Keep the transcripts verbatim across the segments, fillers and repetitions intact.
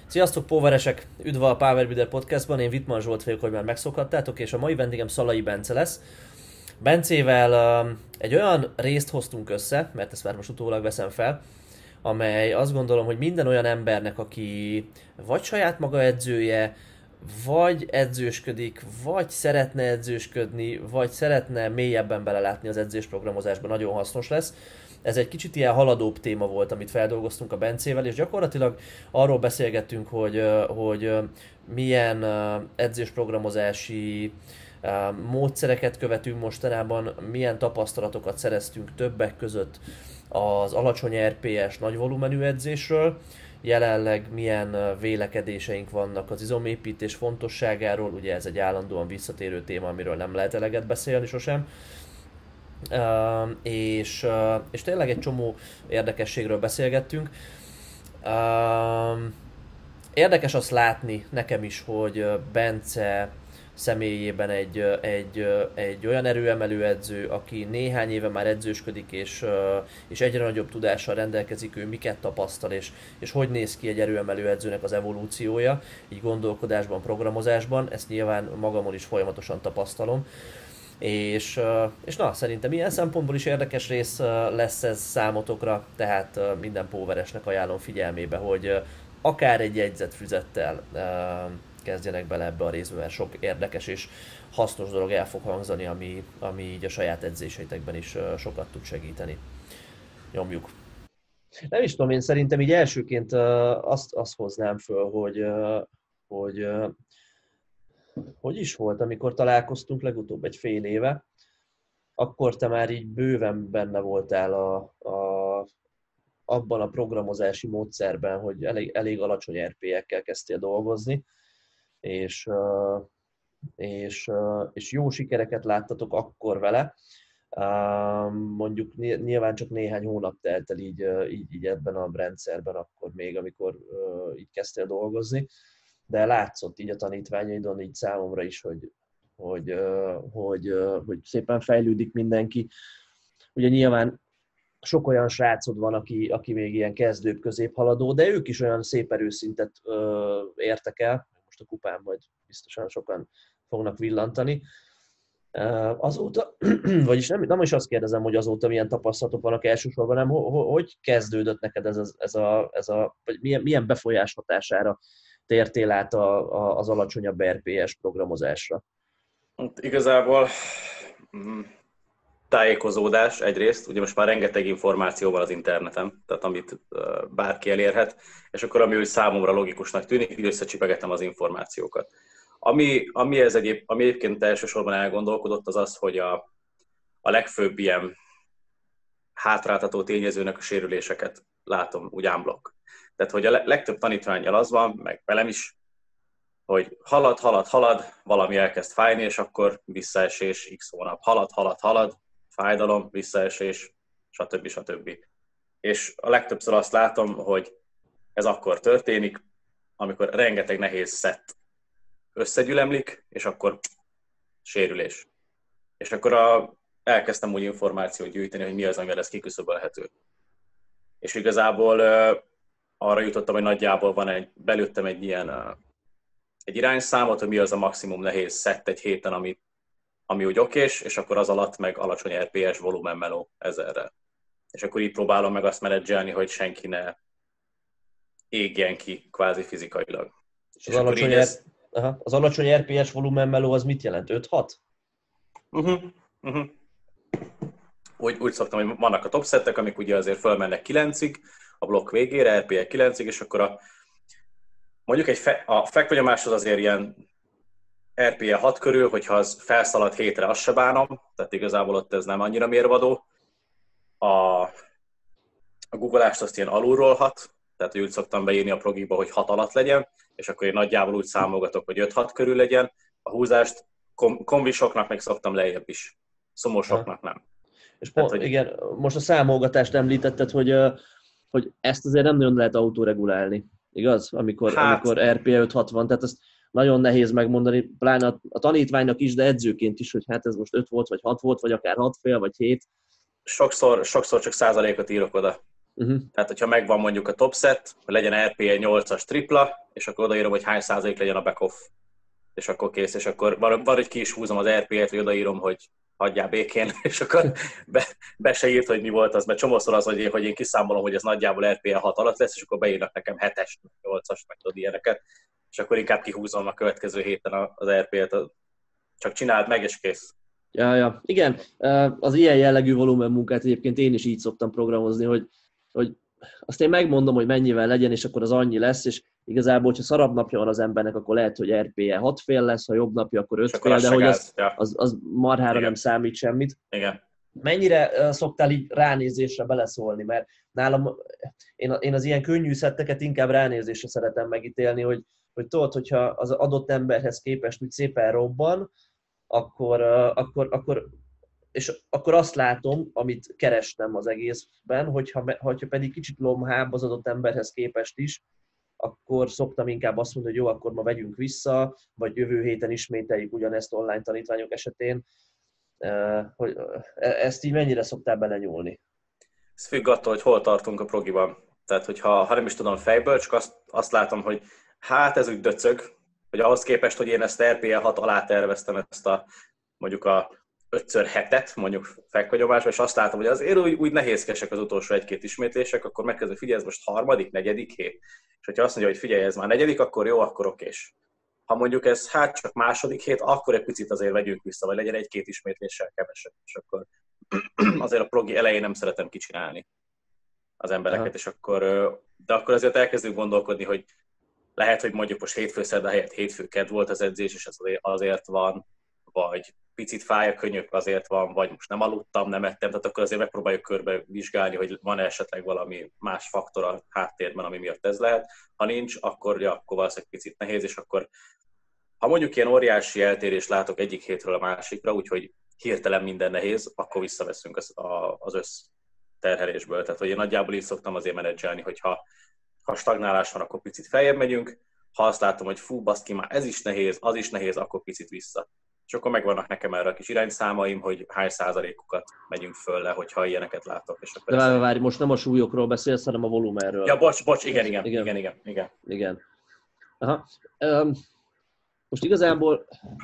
Sziasztok, Poweresek! Üdv a Powerbuilder Podcastban, én Wittmann Zsolt vagyok, hogy már megszokhattátok, és a mai vendégem Szalai Bence lesz. Bencével um, egy olyan részt hoztunk össze, mert ezt már most utólag veszem fel, amely azt gondolom, hogy minden olyan embernek, aki vagy saját maga edzője, vagy edzősködik, vagy szeretne edzősködni, vagy szeretne mélyebben belelátni az edzésprogramozásba, nagyon hasznos lesz. Ez egy kicsit ilyen haladóbb téma volt, amit feldolgoztunk a Bencével, és gyakorlatilag arról beszélgettünk, hogy, hogy milyen edzésprogramozási módszereket követünk mostanában, milyen tapasztalatokat szereztünk többek között az alacsony er pé es nagy volumenű edzésről, jelenleg milyen vélekedéseink vannak az izomépítés fontosságáról, ugye ez egy állandóan visszatérő téma, amiről nem lehet eleget beszélni sosem. Uh, és, uh, és tényleg egy csomó érdekességről beszélgettünk. Uh, érdekes azt látni nekem is, hogy Bence személyében egy, egy, egy olyan erőemelő edző, aki néhány éve már edzősködik, és, és egyre nagyobb tudással rendelkezik, ő miket tapasztal, és, és hogy néz ki egy erőemelő edzőnek az evolúciója, így gondolkodásban, programozásban, ezt nyilván magamon is folyamatosan tapasztalom. És, és na, szerintem ilyen szempontból is érdekes rész lesz ez számotokra, tehát minden póveresnek ajánlom figyelmébe, hogy akár egy jegyzetfüzettel kezdjenek bele ebbe a részbe, mert sok érdekes és hasznos dolog el fog hangzani, ami, ami így a saját edzéseitekben is sokat tud segíteni. Nyomjuk! Nem is tudom, én szerintem így elsőként azt, azt hoznám föl, hogy, hogy hogy is volt, amikor találkoztunk legutóbb egy fél éve, akkor te már így bőven benne voltál a, a, abban a programozási módszerben, hogy elég, elég alacsony er pé ekkel kezdtél dolgozni, és, és, és jó sikereket láttatok akkor vele. Mondjuk nyilván csak néhány hónap telt el így, így, így ebben a rendszerben, akkor még, amikor így kezdtél dolgozni. De látszott így a tanítványaidon, így számomra is, hogy, hogy, hogy, hogy szépen fejlődik mindenki. Ugye nyilván sok olyan srácod van, aki, aki még ilyen kezdőbb, középhaladó, de ők is olyan szép erőszintet értek el, most a kupán majd biztosan sokan fognak villantani. Azóta, vagyis nem, nem is azt kérdezem, hogy azóta milyen tapasztalatok vannak elsősorban, hanem hogy kezdődött neked ez a, ez a, ez a vagy milyen, milyen befolyás hatására tértél át a, a, az alacsonyabb er pé es programozásra? Igazából tájékozódás egyrészt, ugye most már rengeteg információ van az interneten, tehát amit bárki elérhet, és akkor ami úgy számomra logikusnak tűnik, így összecsipegetem az információkat. Ami, ami, ez egyéb, ami egyébként elsősorban elgondolkodott, az az, hogy a, a legfőbb ilyen hátráltató tényezőnek a sérüléseket látom úgy unblock. Tehát, hogy a legtöbb tanítvánnyal az van, meg velem is, hogy halad, halad, halad, valami elkezd fájni, és akkor visszaesés x hónap. Halad, halad, halad, fájdalom, visszaesés, stb. stb. És a legtöbbször azt látom, hogy ez akkor történik, amikor rengeteg nehéz szett összegyülemlik, és akkor sérülés. És akkor a, elkezdtem úgy információt gyűjteni, hogy mi az, amivel ez kiküszöbölhető. És igazából arra jutottam, hogy nagyjából van egy, belőttem egy ilyen egy irányszámot, hogy mi az a maximum nehéz szett egy héten, ami, ami úgy okés, és akkor az alatt meg alacsony er pé es volumen meló ezerrel. És akkor így próbálom meg azt menedzselni, hogy senki ne égjen ki kvázi fizikailag. És az, alacsony, ez... Aha. Az alacsony er pé es volumen meló az mit jelent? öt-hat? Uh-huh. Uh-huh. Úgy, úgy szoktam, hogy vannak a top szettek, amik ugye azért fölmennek kilencig, a blokk végére, er pé kilencig, és akkor a, mondjuk egy fe, a fekvőnyomás az azért ilyen er pé hat körül, hogyha az felszalad hétre, azt se bánom, tehát igazából ott ez nem annyira mérvadó. A, a googolást azt ilyen alulról hat, tehát úgy szoktam beírni a progiba, hogy hat alatt legyen, és akkor én nagyjából úgy számolgatok, hogy öt-hat körül legyen. A húzást kom, konvisoknak meg szoktam lejjebb is, szomosoknak nem. És pont, tehát, hogy... igen, most a számolgatást említetted, hogy, hogy ezt azért nem nagyon lehet autoregulálni, igaz? Amikor, hát... amikor er pé öt-hat van, tehát ezt nagyon nehéz megmondani, pláne a, a tanítványnak is, de edzőként is, hogy hát ez most öt volt, vagy hat volt, vagy akár hat fél, vagy hét. Sokszor, sokszor csak százalékot írok oda. Uh-huh. Tehát, hogyha megvan mondjuk a top set, legyen er pé egy nyolcas tripla, és akkor odaírom, hogy hány százalék legyen a back-off, és akkor kész, és akkor van, van hogy ki is húzom az er pé et, vagy odaírom, hogy hagyjál békén, és akkor be, be se írt, hogy mi volt az, mert csomószor az, hogy én, hogy én kiszámolom, hogy ez nagyjából er pé hat alatt lesz, és akkor beírnak nekem hetes, nyolcas, meg tudod ilyeneket, és akkor inkább kihúzom a következő héten az er pé et, csak csináld meg, és kész. Ja, ja. Igen, az ilyen jellegű volumen munkát egyébként én is így szoktam programozni, hogy, hogy azt én megmondom, hogy mennyivel legyen, és akkor az annyi lesz, és igazából, hogyha szarabb napja van az embernek, akkor lehet, hogy er pé e hat fél lesz, ha jobb napja, akkor öt fél, de hogy az, ja. az, az marhára Igen. nem számít semmit. Igen. Mennyire szoktál így ránézésre beleszólni? Mert nálam, én, én az ilyen könnyű szetteket inkább ránézésre szeretem megítélni, hogy, hogy tudod, hogyha az adott emberhez képest úgy szépen robban, akkor, akkor, akkor, és akkor azt látom, amit kerestem az egészben, hogyha, hogyha pedig kicsit lomhább az adott emberhez képest is, akkor szoktam inkább azt mondani, hogy jó, akkor ma vegyünk vissza, vagy jövő héten ismételjük ugyanezt online tanítványok esetén. Hogy ezt így mennyire szoktál belenyúlni? Ez függ attól, hogy hol tartunk a progiban. Tehát, hogyha ha nem is tudom fejből, csak azt, azt látom, hogy hát ez úgy döcög, hogy ahhoz képest, hogy én ezt er pé hat alá terveztem, ezt a mondjuk a ötször hetet, mondjuk fekvegyomásban, és azt látom, hogy azért úgy, úgy nehézkesek az utolsó egy-két ismétlések, akkor megkezdem, figyelj, ez most harmadik, negyedik hét. És hogyha azt mondja, hogy figyelj, ez már negyedik, akkor jó, akkor okés. Ha mondjuk ez hát csak második hét, akkor egy picit azért vegyünk vissza, vagy legyen egy-két ismétléssel kevesebb. És akkor azért a progi elején nem szeretem kicsinálni az embereket, Aha. és akkor, de akkor azért elkezdünk gondolkodni, hogy lehet, hogy mondjuk most hétfő-szerda helyett hétfő-kedd volt az edzés, és ez azért van, vagy picit fáj a könyök, azért van, vagy most nem aludtam, nem ettem, tehát akkor azért megpróbáljuk körbe vizsgálni, hogy van esetleg valami más faktor a háttérben, ami miatt ez lehet. Ha nincs, akkor, ja, akkor valószínűleg picit nehéz, és akkor ha mondjuk ilyen óriási eltérést látok egyik hétről a másikra, úgyhogy hirtelen minden nehéz, akkor visszaveszünk az, az összterhelésből. Tehát, hogy én nagyjából így szoktam azért menedzselni, hogyha ha stagnálás van, akkor picit feljebb megyünk, ha azt látom, hogy fú, baszki, már ez is nehéz, az is nehéz, akkor picit vissza. És akkor megvannak nekem erre a kis irányszámaim, hogy hány százalékokat megyünk föl le, hogyha ilyeneket látok. És akkor De várj, várj, most nem a súlyokról beszélsz, hanem a volumenről. Ja, bocs, bocs, igen, igen, igen, igen, igen. igen. igen. Aha. Um, most igazából,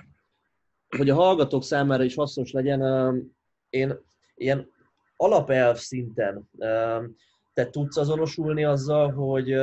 hogy a hallgatók számára is hasznos legyen, um, én ilyen alapelv szinten um, te tudsz azonosulni azzal, hogy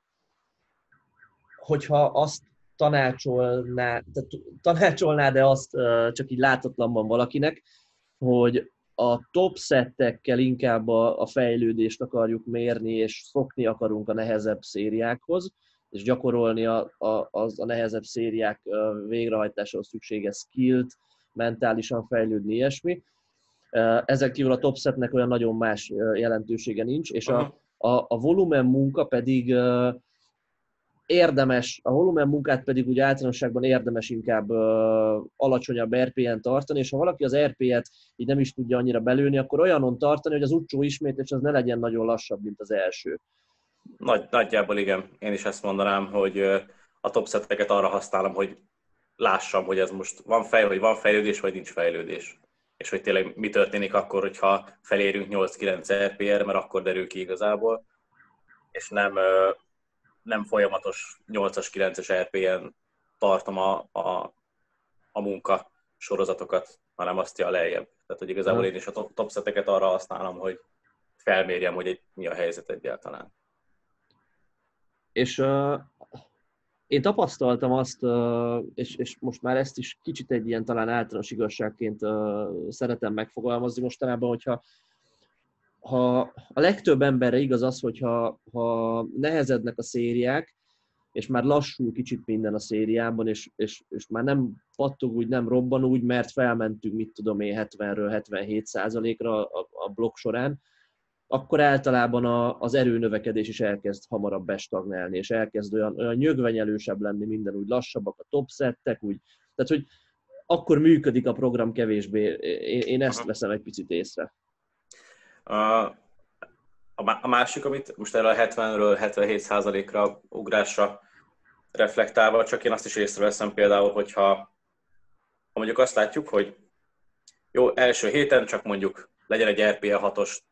hogyha azt tanácsolná, tanácsolnád-e azt csak így látatlanban valakinek, hogy a top szettekkel inkább a, a fejlődést akarjuk mérni, és szokni akarunk a nehezebb szériákhoz, és gyakorolni a, a, az a nehezebb szériák végrehajtásához szükséges skillt, mentálisan fejlődni, ilyesmi. Ezen kívül a top setnek olyan nagyon más jelentősége nincs, és a, a, a volumen munka pedig érdemes, a volumen munkát pedig úgy általánosságban érdemes inkább uh, alacsonyabb er pé en tartani, és ha valaki az er pé et így nem is tudja annyira belőni, akkor olyanon tartani, hogy az utcsó ismétlés az ne legyen nagyon lassabb, mint az első. Nagy, nagyjából igen. Én is ezt mondanám, hogy a top seteket arra használom, hogy lássam, hogy ez most van fej, hogy van fejlődés, vagy nincs fejlődés. És hogy tényleg mi történik akkor, hogyha felérünk nyolc-kilenc er pé er, mert akkor derül ki igazából, és nem... nem folyamatos nyolcas, kilences er pé en tartom a, a, a munka sorozatokat, hanem azt a lejjebb. Tehát, hogy igazából én is a top, top seteket arra használom, hogy felmérjem, hogy egy, mi a helyzet egyáltalán. És uh, én tapasztaltam azt, uh, és, és most már ezt is kicsit egy ilyen talán általános igazságként uh, szeretem megfogalmazni mostanában, hogyha ha a legtöbb emberre igaz az, hogyha ha nehezednek a szériák, és már lassul kicsit minden a szériában, és, és, és már nem pattog úgy, nem robban úgy, mert felmentünk, mit tudom én, hetvenről hetvenhét százalékra a, a blokk során, akkor általában a, az erőnövekedés is elkezd hamarabb bestagnálni, és elkezd olyan, olyan nyögvenyelősebb lenni minden, úgy lassabbak a top settek, úgy, tehát hogy akkor működik a program kevésbé. Én, én ezt veszem egy picit észre. A másik, amit most erre a hetvenről hetvenhét százalékra ugrásra reflektálva, csak én azt is észreveszem például, hogyha ha mondjuk azt látjuk, hogy jó, első héten csak mondjuk legyen egy er pé hatos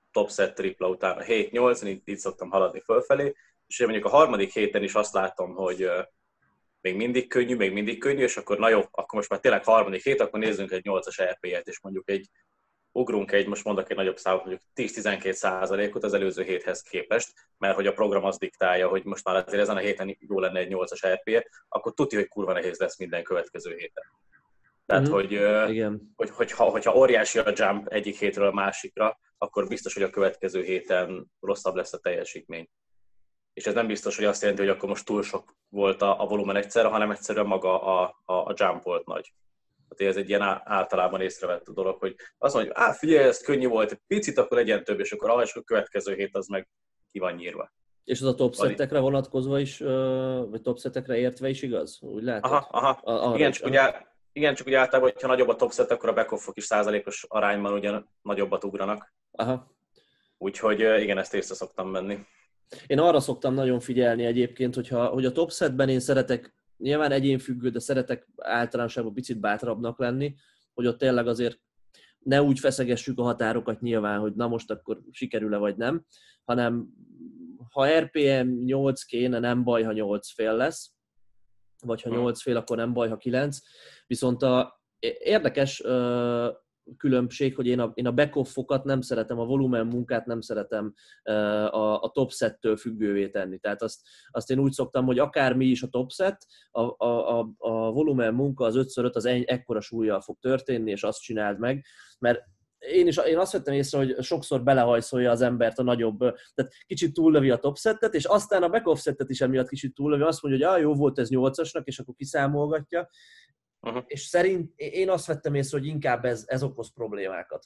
top set tripla után hét nyolc, így, így szoktam haladni fölfelé, és mondjuk a harmadik héten is azt látom, hogy még mindig könnyű, még mindig könnyű, és akkor na jó, akkor most már tényleg harmadik hét, akkor nézzünk egy nyolcas er pé-et, és mondjuk egy, ugrunk egy, most mondok egy nagyobb számot, mondjuk tíz-tizenkét százalékot az előző héthez képest, mert hogy a program az diktálja, hogy most már azért ezen a héten jó lenne egy nyolcas er pé, akkor tudja, hogy kurva nehéz lesz minden következő héten. Tehát, mm-hmm. hogy, Igen. hogy hogyha, hogyha óriási a jump egyik hétről a másikra, akkor biztos, hogy a következő héten rosszabb lesz a teljesítmény. És ez nem biztos, hogy azt jelenti, hogy akkor most túl sok volt a, a volumen egyszerre, hanem egyszerűen maga a, a, a jump volt nagy. Tehát ez egy ilyen általában észrevett dolog, hogy azt mondja, hogy á, figyelj, ez könnyű volt, egy picit, akkor legyen több, és akkor a következő hét az meg ki van nyírva. És az a top settekre vonatkozva is, vagy top settekre értve is igaz? Úgy látod? Aha, aha. A, igen, csak ugye, igen, csak ugye általában, hogyha nagyobb a top set, akkor a back-off-ok is százalékos arányban ugyan nagyobbat ugranak. Aha. Úgyhogy igen, ezt észre szoktam venni. Én arra szoktam nagyon figyelni egyébként, hogyha, hogy a top setben én szeretek, nyilván egyénfüggő, de szeretek általánosságban picit bátrabbnak lenni, hogy ott tényleg azért ne úgy feszegessük a határokat nyilván, hogy na most akkor sikerül-e vagy nem, hanem ha er pé em nyolc kéne, nem baj, ha nyolc fél lesz, vagy ha nyolc fél, akkor nem baj, ha kilenc. Viszont a érdekes uh, különbség, hogy én a, én a back-off-okat nem szeretem, a volumen munkát nem szeretem uh, a, a top settől függővé tenni. Tehát azt, azt én úgy szoktam, hogy akármi is a top set, a, a, a, a volumen munka az ötször öt az egy, ekkora súllyal fog történni, és azt csináld meg, mert Én is én azt vettem észre, hogy sokszor belehajszolja az embert a nagyobb, tehát kicsit túllövi a top settet, és aztán a back-off settet is emiatt kicsit túllövi, azt mondja, hogy ah, jó volt ez nyolcasnak, és akkor kiszámolgatja. Uh-huh. És szerint én azt vettem észre, hogy inkább ez, ez okoz problémákat.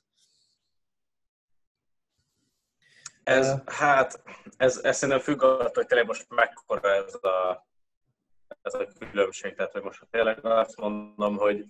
Ez, uh, hát, ez, ez szerintem függ attól, hogy tényleg most mekkora ez a, ez a különbség. Tehát, hogy most tényleg azt mondom, hogy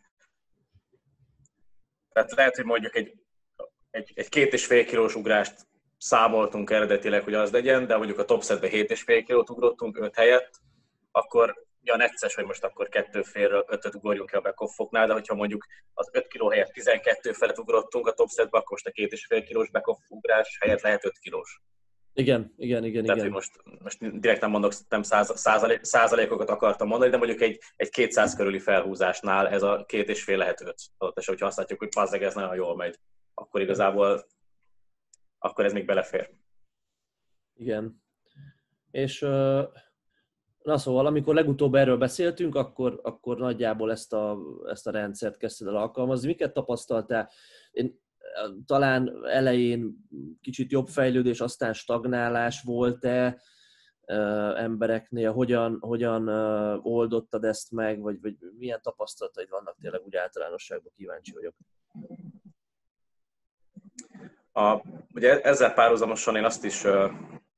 tehát lehet, hogy mondjuk egy Egy, egy két és fél kilós ugrást számoltunk eredetileg, hogy az legyen, de mondjuk a top setben hét és fél kilót ugrottunk öt helyett, akkor ja, necces, hogy most akkor kettő félről ötöt ugorjunk ki a back-off-oknál, de hogyha mondjuk az öt kiló helyett tizenkettő felett ugrottunk a top setben, akkor most a két és fél kilós back-off ugrás helyett lehet öt kilós. Igen, igen, igen. Tehát, igen. hogy most, most direkt nem mondok, nem száz, százalék, százalékokat akartam mondani, de mondjuk egy, egy kétszáz körüli felhúzásnál ez a két és fél lehet öt. És hogyha azt látjuk, hogy pazzeg, ez nagyon jól megy, akkor igazából akkor ez még belefér. Igen. És na szóval, amikor legutóbb erről beszéltünk, akkor, akkor nagyjából ezt a, ezt a rendszert kezdted el alkalmazni. Miket tapasztaltál? Én, talán elején kicsit jobb fejlődés, aztán stagnálás volt-e embereknél? Hogyan, hogyan oldottad ezt meg, vagy, vagy milyen tapasztalataid vannak tényleg úgy általánosságban? Kíváncsi vagyok. A, ugye ezzel párhuzamosan én azt is, tehát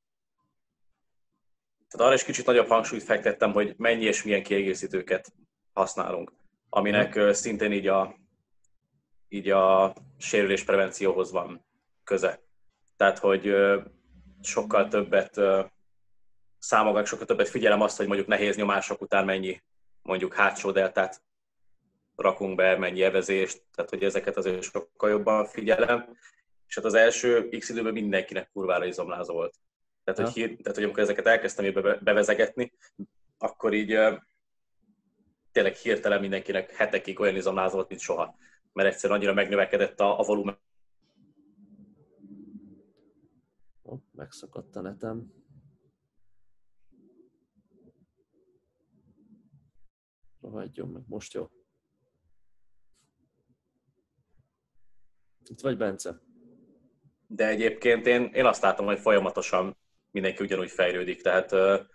arra is kicsit nagyobb hangsúlyt fektettem, hogy mennyi és milyen kiegészítőket használunk, aminek mm. szintén így a, így a sérülésprevencióhoz van köze. Tehát, hogy sokkal többet számolok, sokkal többet figyelem azt, hogy mondjuk nehéz nyomások után mennyi mondjuk hátsó deltát rakunk be, mennyi evezést, tehát hogy ezeket azért sokkal jobban figyelem. És hát az első x időben mindenkinek kurvára izomlázó volt. Tehát, hogy, hír, tehát, hogy amikor ezeket elkezdtem be, bevezegetni, akkor így uh, tényleg hirtelen mindenkinek hetekig olyan izomlázó volt, mint soha. Mert egyszerűen annyira megnövekedett a, a volumen. Oh, megszakadt a netem. Rohadjon meg, most jó. Itt vagy, Bence? De egyébként én, én azt látom, hogy folyamatosan mindenki ugyanúgy fejlődik. Tehát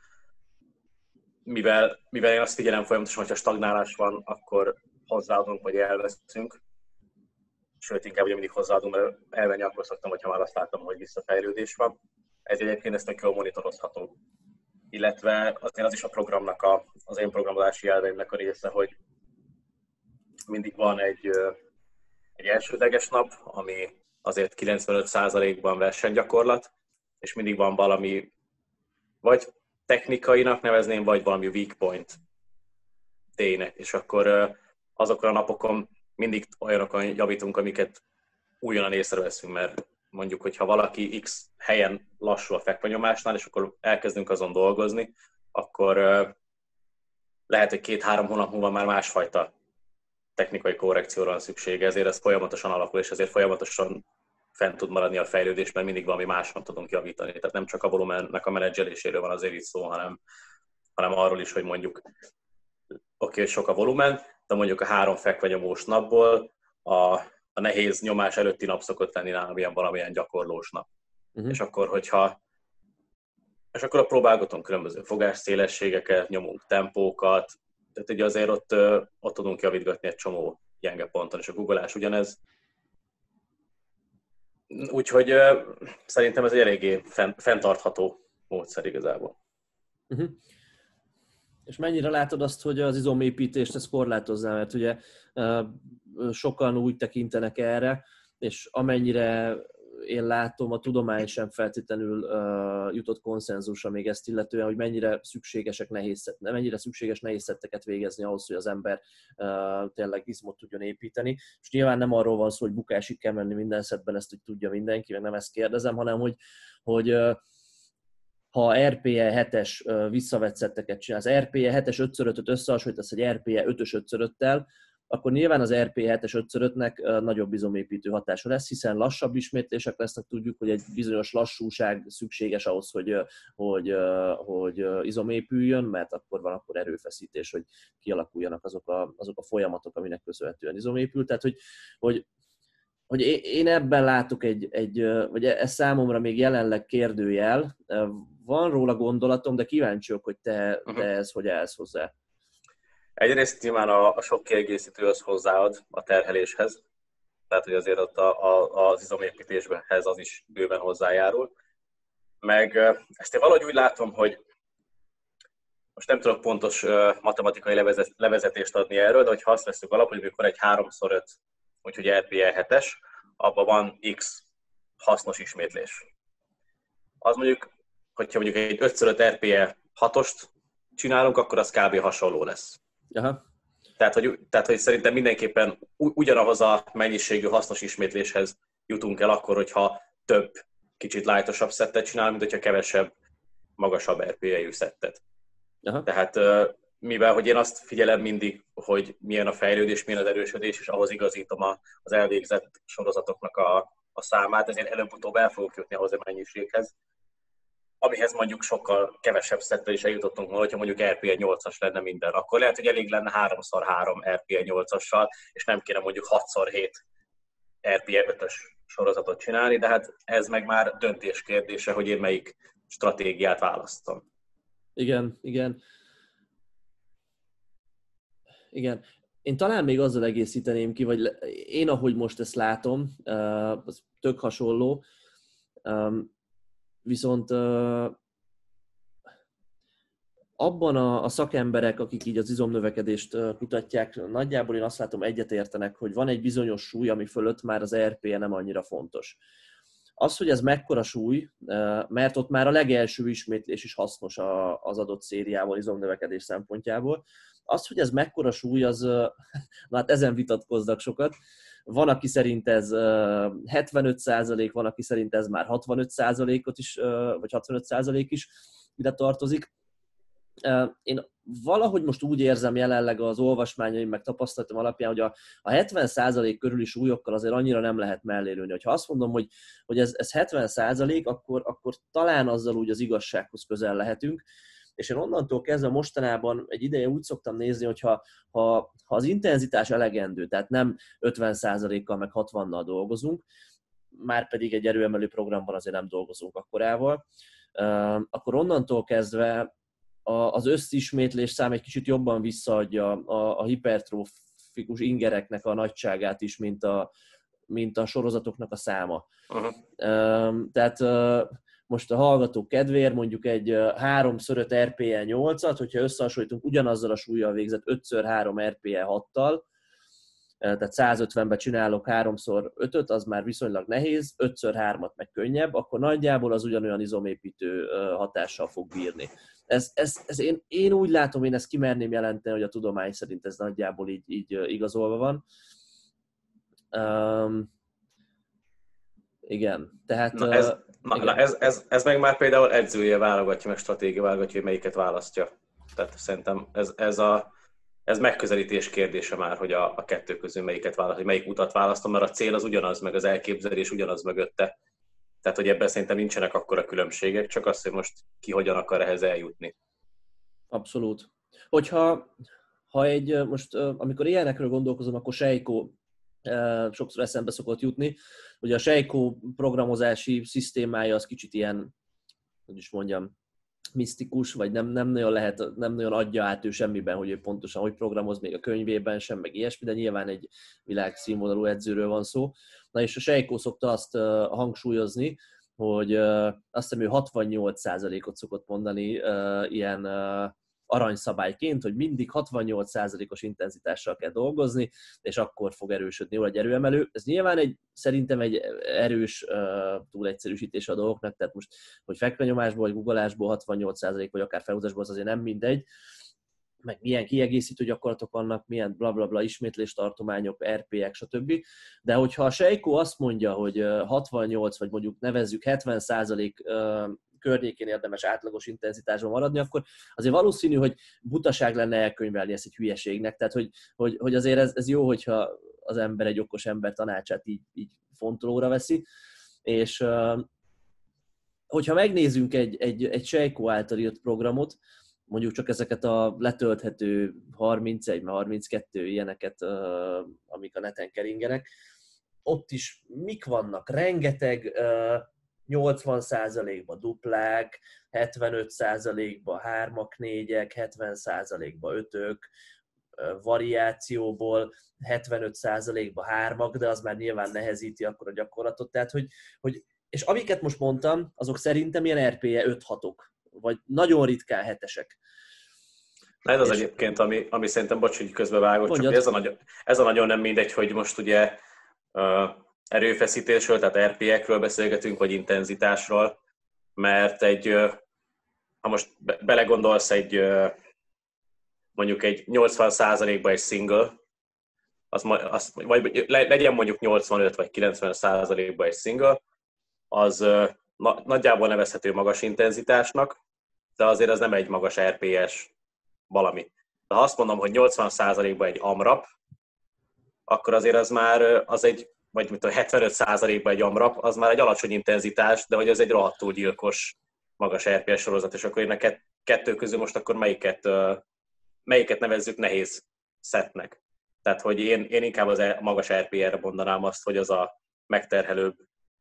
mivel, mivel én azt figyelem folyamatosan, hogyha stagnálás van, akkor hozzáadunk, vagy elveszünk. Sőt, inkább ugye mindig hozzáadunk, mert elvenni akkor szoktam, hogyha már azt látom, hogy visszafejlődés van. Ez egyébként ezt meg jól monitorozható. Illetve azért az is a programnak, a, az én programozási elveimnek a része, hogy mindig van egy, egy elsődleges nap, ami azért kilencvenöt százalékban versenygyakorlat, és mindig van valami, vagy technikainak nevezném, vagy valami weak point day-nek, és akkor azokon a napokon mindig olyanokon javítunk, amiket újonnan észreveszünk, mert mondjuk, hogyha valaki X helyen lassú a fekvenyomásnál, és akkor elkezdünk azon dolgozni, akkor lehet, hogy két-három hónap múlva már másfajta technikai korrekcióra van szüksége, ezért ez folyamatosan alakul, és ezért folyamatosan fent tud maradni a fejlődés, mert mindig valami máson tudunk javítani. Tehát nem csak a volumennek a menedzseléséről van azért itt szó, hanem, hanem arról is, hogy mondjuk oké, okay, hogy sok a volumen, de mondjuk a három fekvenyomós napból a, a nehéz nyomás előtti nap szokott lenni nálam ilyen valamilyen gyakorlós nap. Uh-huh. És akkor, hogyha és akkor próbálgatunk különböző fogásszélességeket, nyomunk tempókat, tehát ugye azért ott, ott tudunk javítgatni egy csomó gyenge ponton, és a googolás ugyanez. Úgyhogy szerintem ez egy eléggé fenntartható módszer igazából. Uh-huh. És mennyire látod azt, hogy az izomépítést ezt korlátozná, mert ugye sokan úgy tekintenek erre, és amennyire én látom, a tudomány sem feltétlenül uh, jutott konszenzusra még ezt illetően, hogy mennyire szükségesek nehéz, mennyire szükséges nehézszetteket végezni ahhoz, hogy az ember uh, tényleg izmot tudjon építeni. És nyilván nem arról van szó, hogy bukásig kell menni minden szettben, ezt úgy tudja mindenki, meg nem ezt kérdezem, hanem hogy, hogy uh, ha er pé e hetes uh, visszavett szetteket csinálsz, er pé e hetes ötször ötöt összehasonlítasz egy er pé e ötös ötször öttel, akkor nyilván az er pé hetes ötször ötnek nagyobb izomépítő hatása lesz, hiszen lassabb ismétlések lesznek, tudjuk, hogy egy bizonyos lassúság szükséges ahhoz, hogy, hogy, hogy izomépüljön, mert akkor van akkor erőfeszítés, hogy kialakuljanak azok a, azok a folyamatok, aminek köszönhetően izomépül. Tehát, hogy, hogy, hogy én ebben látok egy, egy, vagy ez számomra még jelenleg kérdőjel. Van róla gondolatom, de kíváncsiak, hogy te, te ez hogy állsz hozzá. Egyrészt nyilván a, a sok kiegészítő az hozzáad a terheléshez, tehát hogy azért ott a, a, az izomépítéshez az is bőven hozzájárul. Meg ezt én valahogy úgy látom, hogy most nem tudok pontos matematikai levezet, levezetést adni erről, de hogyha azt veszük alap, hogy amikor egy három szor öt, úgyhogy er pé e hetes, abban van X hasznos ismétlés. Az mondjuk, hogyha mondjuk egy öt szor öt er pé e hatost csinálunk, akkor az kb. Hasonló lesz. Aha. Tehát, hogy, tehát, hogy szerintem mindenképpen ugyanahoz a mennyiségű hasznos ismétléshez jutunk el akkor, hogyha több, kicsit lightosabb szettet csinálunk, mint hogyha kevesebb, magasabb er pé e-jű szettet. Aha. Tehát mivel, hogy én azt figyelem mindig, hogy milyen a fejlődés, milyen az erősödés, és ahhoz igazítom az elvégzett sorozatoknak a, a számát, ezért előbb-utóbb el fogok jutni ahhoz a mennyiséghez, amihez mondjuk sokkal kevesebb szettel is eljutottunk volna, hogyha mondjuk er pé e nyolcas lenne minden. Akkor lehet, hogy elég lenne három szor három er pé e nyolcassal, és nem kéne mondjuk hat szor hét er pé e ötös sorozatot csinálni, de hát ez meg már döntés kérdése, hogy én melyik stratégiát választom. Igen, igen. Igen. Én talán még azzal egészíteném ki, vagy én ahogy most ezt látom, az tök hasonló, viszont abban a, a szakemberek, akik így az izomnövekedést kutatják, nagyjából én azt látom, egyetértenek, hogy van egy bizonyos súly, ami fölött már az er pé e nem annyira fontos. Az, hogy ez mekkora súly, mert ott már a legelső ismétlés is hasznos az adott szériával, izomnövekedés szempontjából. Az, hogy ez mekkora súly, az, na hát ezen vitatkoznak sokat. Van, aki szerint ez hetvenöt százalék, van, aki szerint ez már hatvanöt százalékot is, vagy hatvanöt százalék is ide tartozik. Én valahogy most úgy érzem jelenleg az olvasmányaim, meg tapasztalatom alapján, hogy a, a hetven százalék körüli súlyokkal azért annyira nem lehet mellélőni. Ha azt mondom, hogy, hogy ez, ez hetven százalék, akkor, akkor talán azzal úgy az igazsághoz közel lehetünk. És én onnantól kezdve mostanában egy ideje úgy szoktam nézni, hogy ha, ha, ha az intenzitás elegendő, tehát nem ötven százalékkal meg hatvannal dolgozunk, már pedig egy erőemelő programban azért nem dolgozunk akkorával, akkor onnantól kezdve az összismétlés szám egy kicsit jobban visszaadja a, a hipertrófikus ingereknek a nagyságát is, mint a, mint a sorozatoknak a száma. Uh-huh. Tehát most a hallgatók kedvéért mondjuk egy három szor öt er pé e nyolcat, hogyha összehasonlítunk ugyanazzal a súllyal végzett öt szor három er pé e hattal, tehát százötvenbe csinálok három szor ötöt, az már viszonylag nehéz, öt szor hármat meg könnyebb, akkor nagyjából az ugyanolyan izomépítő hatással fog bírni. Ez, ez, ez én, én úgy látom, én ezt kimerném jelenteni, hogy a tudomány szerint ez nagyjából így, így igazolva van. Um, Igen, tehát... Na, ez, uh, na, igen. na ez, ez, ez meg már például edzője válogatja, meg stratégia válogatja, hogy melyiket választja. Tehát szerintem ez, ez, a, ez megközelítés kérdése már, hogy a, a kettő közül melyiket választ, hogy melyik utat választom, mert a cél az ugyanaz, meg az elképzelés ugyanaz mögötte. Tehát, hogy ebben szerintem nincsenek akkora különbségek, csak az, hogy most ki hogyan akar ehhez eljutni. Abszolút. Hogyha ha egy, most amikor ilyenekről gondolkozom, akkor Seiko sokszor eszembe szokott jutni. Ugye a Seiko programozási szisztémája az kicsit ilyen, hogy is mondjam, misztikus, vagy nem, nem nagyon lehet, nem nagyon adja át ő semmiben, hogy ő pontosan hogy programoz, még a könyvében sem, meg ilyesmi, de nyilván egy világszínvonalú edzőről van szó. Na és a Seiko szokta azt uh, hangsúlyozni, hogy uh, azt hiszem ő hatvannyolc százalékot szokott mondani uh, ilyen uh, aranyszabályként, hogy mindig hatvannyolc százalékos intenzitással kell dolgozni, és akkor fog erősödni jól egy erőemelő. Ez nyilván egy, szerintem egy erős uh, túlegyszerűsítés a dolgoknak, tehát most, hogy fekvenyomásból, vagy guggolásból hatvannyolc százalék, vagy akár felhúzásból, az azért nem mindegy, meg milyen kiegészítő gyakorlatok vannak, milyen blablabla bla, bla, ismétléstartományok, er pé ek, stb. De hogyha a Seiko azt mondja, hogy hatvannyolc, vagy mondjuk nevezzük hetven százalék környékén érdemes átlagos intenzitásban maradni, akkor azért valószínű, hogy butaság lenne elkönyvelni ezt egy hülyeségnek. Tehát, hogy, hogy, hogy azért ez, ez jó, hogyha az ember egy okos ember tanácsát így, így fontolóra veszi. És hogyha megnézzünk egy, egy, egy Seiko által írt programot, mondjuk csak ezeket a letölthető harmincegy, harminckettő ilyeneket, amik a neten keringenek, ott is mik vannak? Rengeteg nyolcvan százalékban duplák, hetvenöt százalékban hármak, négyek, hetven százalékban ötök, variációból hetvenöt százalékban hármak, de az már nyilván nehezíti akkor a gyakorlatot. Tehát, hogy, hogy, és amiket most mondtam, azok szerintem ilyen er pé e öt hatok, vagy nagyon ritkán hetesek. Na ez az és... egyébként, ami, ami szerintem, bocs, hogy közbevágott, csak ez a, nagyon, ez a nagyon nem mindegy, hogy most ugye uh, erőfeszítésről, tehát er pé ekről beszélgetünk, vagy intenzitásról, mert egy, uh, ha most be, belegondolsz egy, uh, mondjuk egy nyolcvan százalékban egy single, az, az, vagy legyen mondjuk nyolcvanöt vagy kilencven százalékban egy single, az uh, na, nagyjából nevezhető magas intenzitásnak, de azért az nem egy magas er pé es valami. De ha azt mondom, hogy nyolcvan százalékban egy amrap, akkor azért az már az egy, vagy mit tudom, hetvenöt százalékban egy amrap, az már egy alacsony intenzitás, de hogy az egy rohadtul gyilkos magas er pé es sorozat, és akkor én a kettő közül most akkor melyiket, melyiket nevezzük nehéz szettnek. Tehát, hogy én, én inkább az magas er pé er-re mondanám azt, hogy az a megterhelőbb,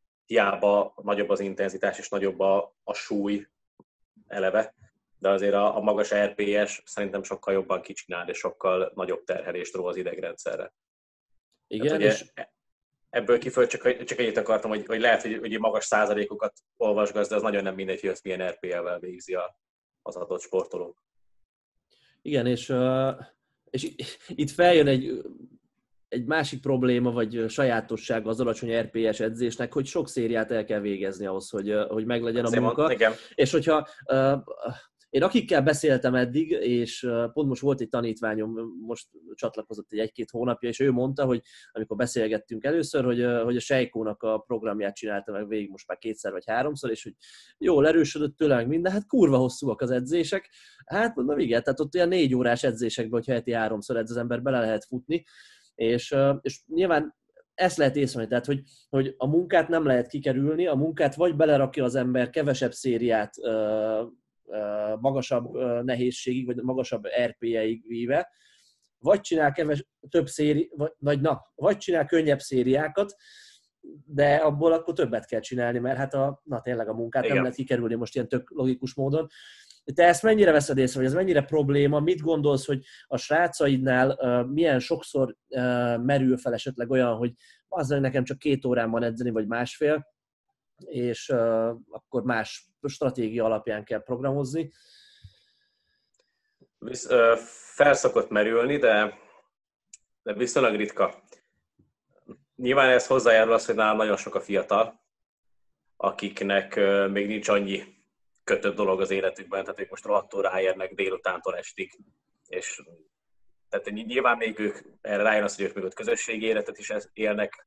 hiába nagyobb az intenzitás és nagyobb a, a súly eleve, de azért a, a magas er pé es szerintem sokkal jobban kicsinál, és sokkal nagyobb terhelést ró az idegrendszerre. Igen, tehát, és ebből kiföld, csak, csak egyet akartam, hogy, hogy lehet, hogy, hogy magas százalékokat olvasgatsz, de az nagyon nem mindegy, hogy azt milyen er pé el-vel végzi a, az adott sportoló. Igen, és, és itt feljön egy, egy másik probléma, vagy sajátosság az alacsony er pé es edzésnek, hogy sok szériát el kell végezni ahhoz, hogy, hogy meglegyen a munka. Mond, igen. És hogyha én akikkel beszéltem eddig, és pont most volt egy tanítványom, most csatlakozott egy egy-két hónapja, és ő mondta, hogy amikor beszélgettünk először, hogy, hogy a Seikónak a programját csinálta meg végig most már kétszer vagy háromszor, és hogy jól erősödött tőle meg minden, hát kurva hosszúak az edzések. Hát mondom, igen, tehát ott olyan négy órás edzésekben, hogyha heti háromszor edz az ember, bele lehet futni, és, és nyilván ezt lehet észrevenni, tehát hogy, hogy a munkát nem lehet kikerülni, a munkát vagy belerakja az ember kevesebb szériát, magasabb nehézségig, vagy magasabb er pé e-ig víve, vagy csinál keves, több széri, vagy, vagy, na, vagy csinál könnyebb szériákat, de abból akkor többet kell csinálni, mert hát a, na, tényleg a munkát Igen. nem lehet kikerülni most ilyen tök logikus módon. Te ezt mennyire veszed észre, vagy ez mennyire probléma? Mit gondolsz, hogy a srácaidnál uh, milyen sokszor uh, merül fel esetleg olyan, hogy azzal nekem csak két órán van edzeni, vagy másfél, és uh, akkor más stratégia alapján kell programozni? Visz, uh, fel szokott merülni, de, de viszonylag ritka. Nyilván ez hozzájárul az, hogy nálam nagyon sok a fiatal, akiknek uh, még nincs annyi kötött dolog az életükben, tehát ők most rohadtul ráérnek délutántól estig. És tehát nyilván még ők erre rájön az, hogy ők még ott közösségi életet is élnek,